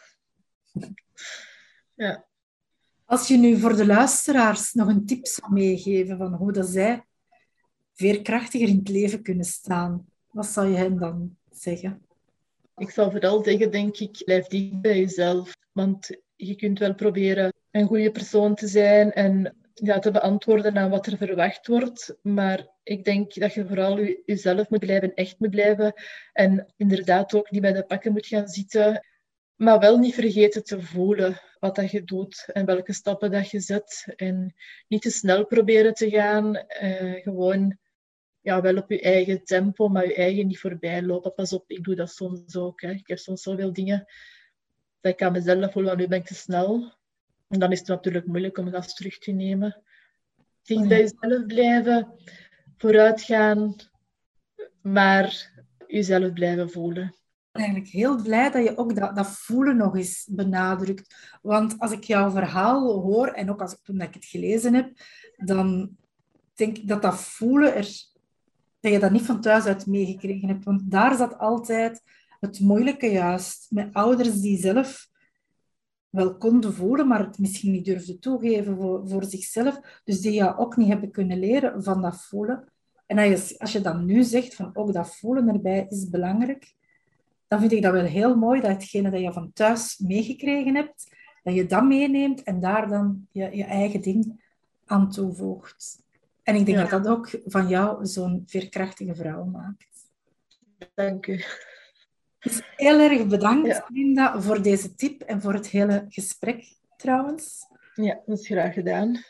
Ja. Als je nu voor de luisteraars nog een tip zou meegeven van hoe dat zij veerkrachtiger in het leven kunnen staan, wat zou je hen dan zeggen? Ik zou vooral zeggen, denk ik, blijf dicht bij jezelf. Want je kunt wel proberen een goede persoon te zijn en te beantwoorden aan wat er verwacht wordt. Maar ik denk dat je vooral jezelf moet blijven, echt moet blijven. En inderdaad ook niet bij de pakken moet gaan zitten. Maar wel niet vergeten te voelen wat dat je doet en welke stappen dat je zet. En niet te snel proberen te gaan. Gewoon wel op je eigen tempo, maar je eigen niet voorbij lopen. Pas op, ik doe dat soms ook. Hè. Ik heb soms zoveel dingen dat ik aan mezelf voel, nu ben ik te snel. En dan is het natuurlijk moeilijk om dat terug te nemen. Dicht bij jezelf blijven, vooruit gaan, maar jezelf blijven voelen. Eigenlijk heel blij dat je ook dat voelen nog eens benadrukt. Want als ik jouw verhaal hoor, en ook toen ik het gelezen heb, dan denk ik dat voelen dat je dat niet van thuis uit meegekregen hebt. Want daar zat altijd het moeilijke juist. Met ouders die zelf wel konden voelen, maar het misschien niet durfden toegeven voor zichzelf. Dus die jou ook niet hebben kunnen leren van dat voelen. En als je dan nu zegt van ook dat voelen erbij is belangrijk, dan vind ik dat wel heel mooi dat hetgene dat je van thuis meegekregen hebt, dat je dat meeneemt en daar dan je eigen ding aan toevoegt. En ik denk dat dat ook van jou zo'n veerkrachtige vrouw maakt. Dank u. Dus heel erg bedankt, Linda, voor deze tip en voor het hele gesprek trouwens. Ja, dat is graag gedaan.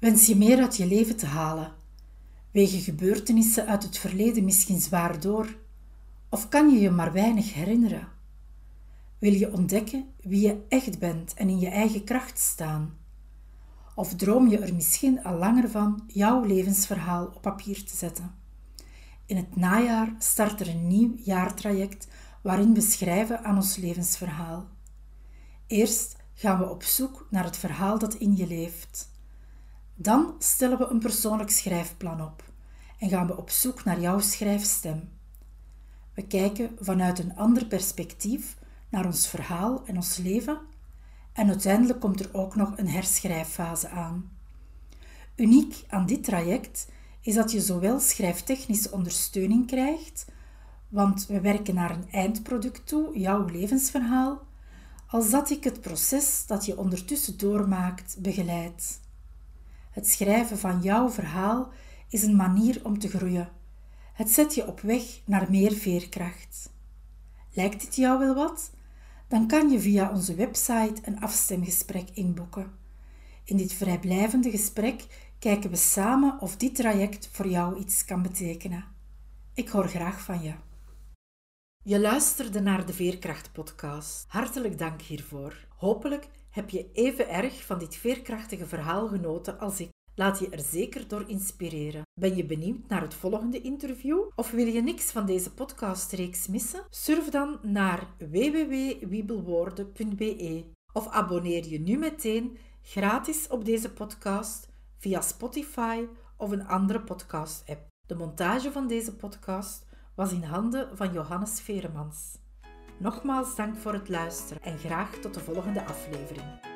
Wens je meer uit je leven te halen? Wegen gebeurtenissen uit het verleden misschien zwaar door? Of kan je je maar weinig herinneren? Wil je ontdekken wie je echt bent en in je eigen kracht staan? Of droom je er misschien al langer van jouw levensverhaal op papier te zetten? In het najaar start er een nieuw jaartraject waarin we schrijven aan ons levensverhaal. Eerst gaan we op zoek naar het verhaal dat in je leeft. Dan stellen we een persoonlijk schrijfplan op en gaan we op zoek naar jouw schrijfstem. We kijken vanuit een ander perspectief naar ons verhaal en ons leven en uiteindelijk komt er ook nog een herschrijffase aan. Uniek aan dit traject is dat je zowel schrijftechnische ondersteuning krijgt, want we werken naar een eindproduct toe, jouw levensverhaal, als dat ik het proces dat je ondertussen doormaakt begeleid. Het schrijven van jouw verhaal is een manier om te groeien. Het zet je op weg naar meer veerkracht. Lijkt dit jou wel wat? Dan kan je via onze website een afstemgesprek inboeken. In dit vrijblijvende gesprek kijken we samen of dit traject voor jou iets kan betekenen. Ik hoor graag van je. Je luisterde naar de Veerkracht-podcast. Hartelijk dank hiervoor. Hopelijk heb je even erg van dit veerkrachtige verhaal genoten als ik. Laat je er zeker door inspireren. Ben je benieuwd naar het volgende interview? Of wil je niks van deze podcastreeks missen? Surf dan naar www.wiebelwoorden.be of abonneer je nu meteen gratis op deze podcast via Spotify of een andere podcast-app. De montage van deze podcast was in handen van Johannes Veremans. Nogmaals dank voor het luisteren en graag tot de volgende aflevering.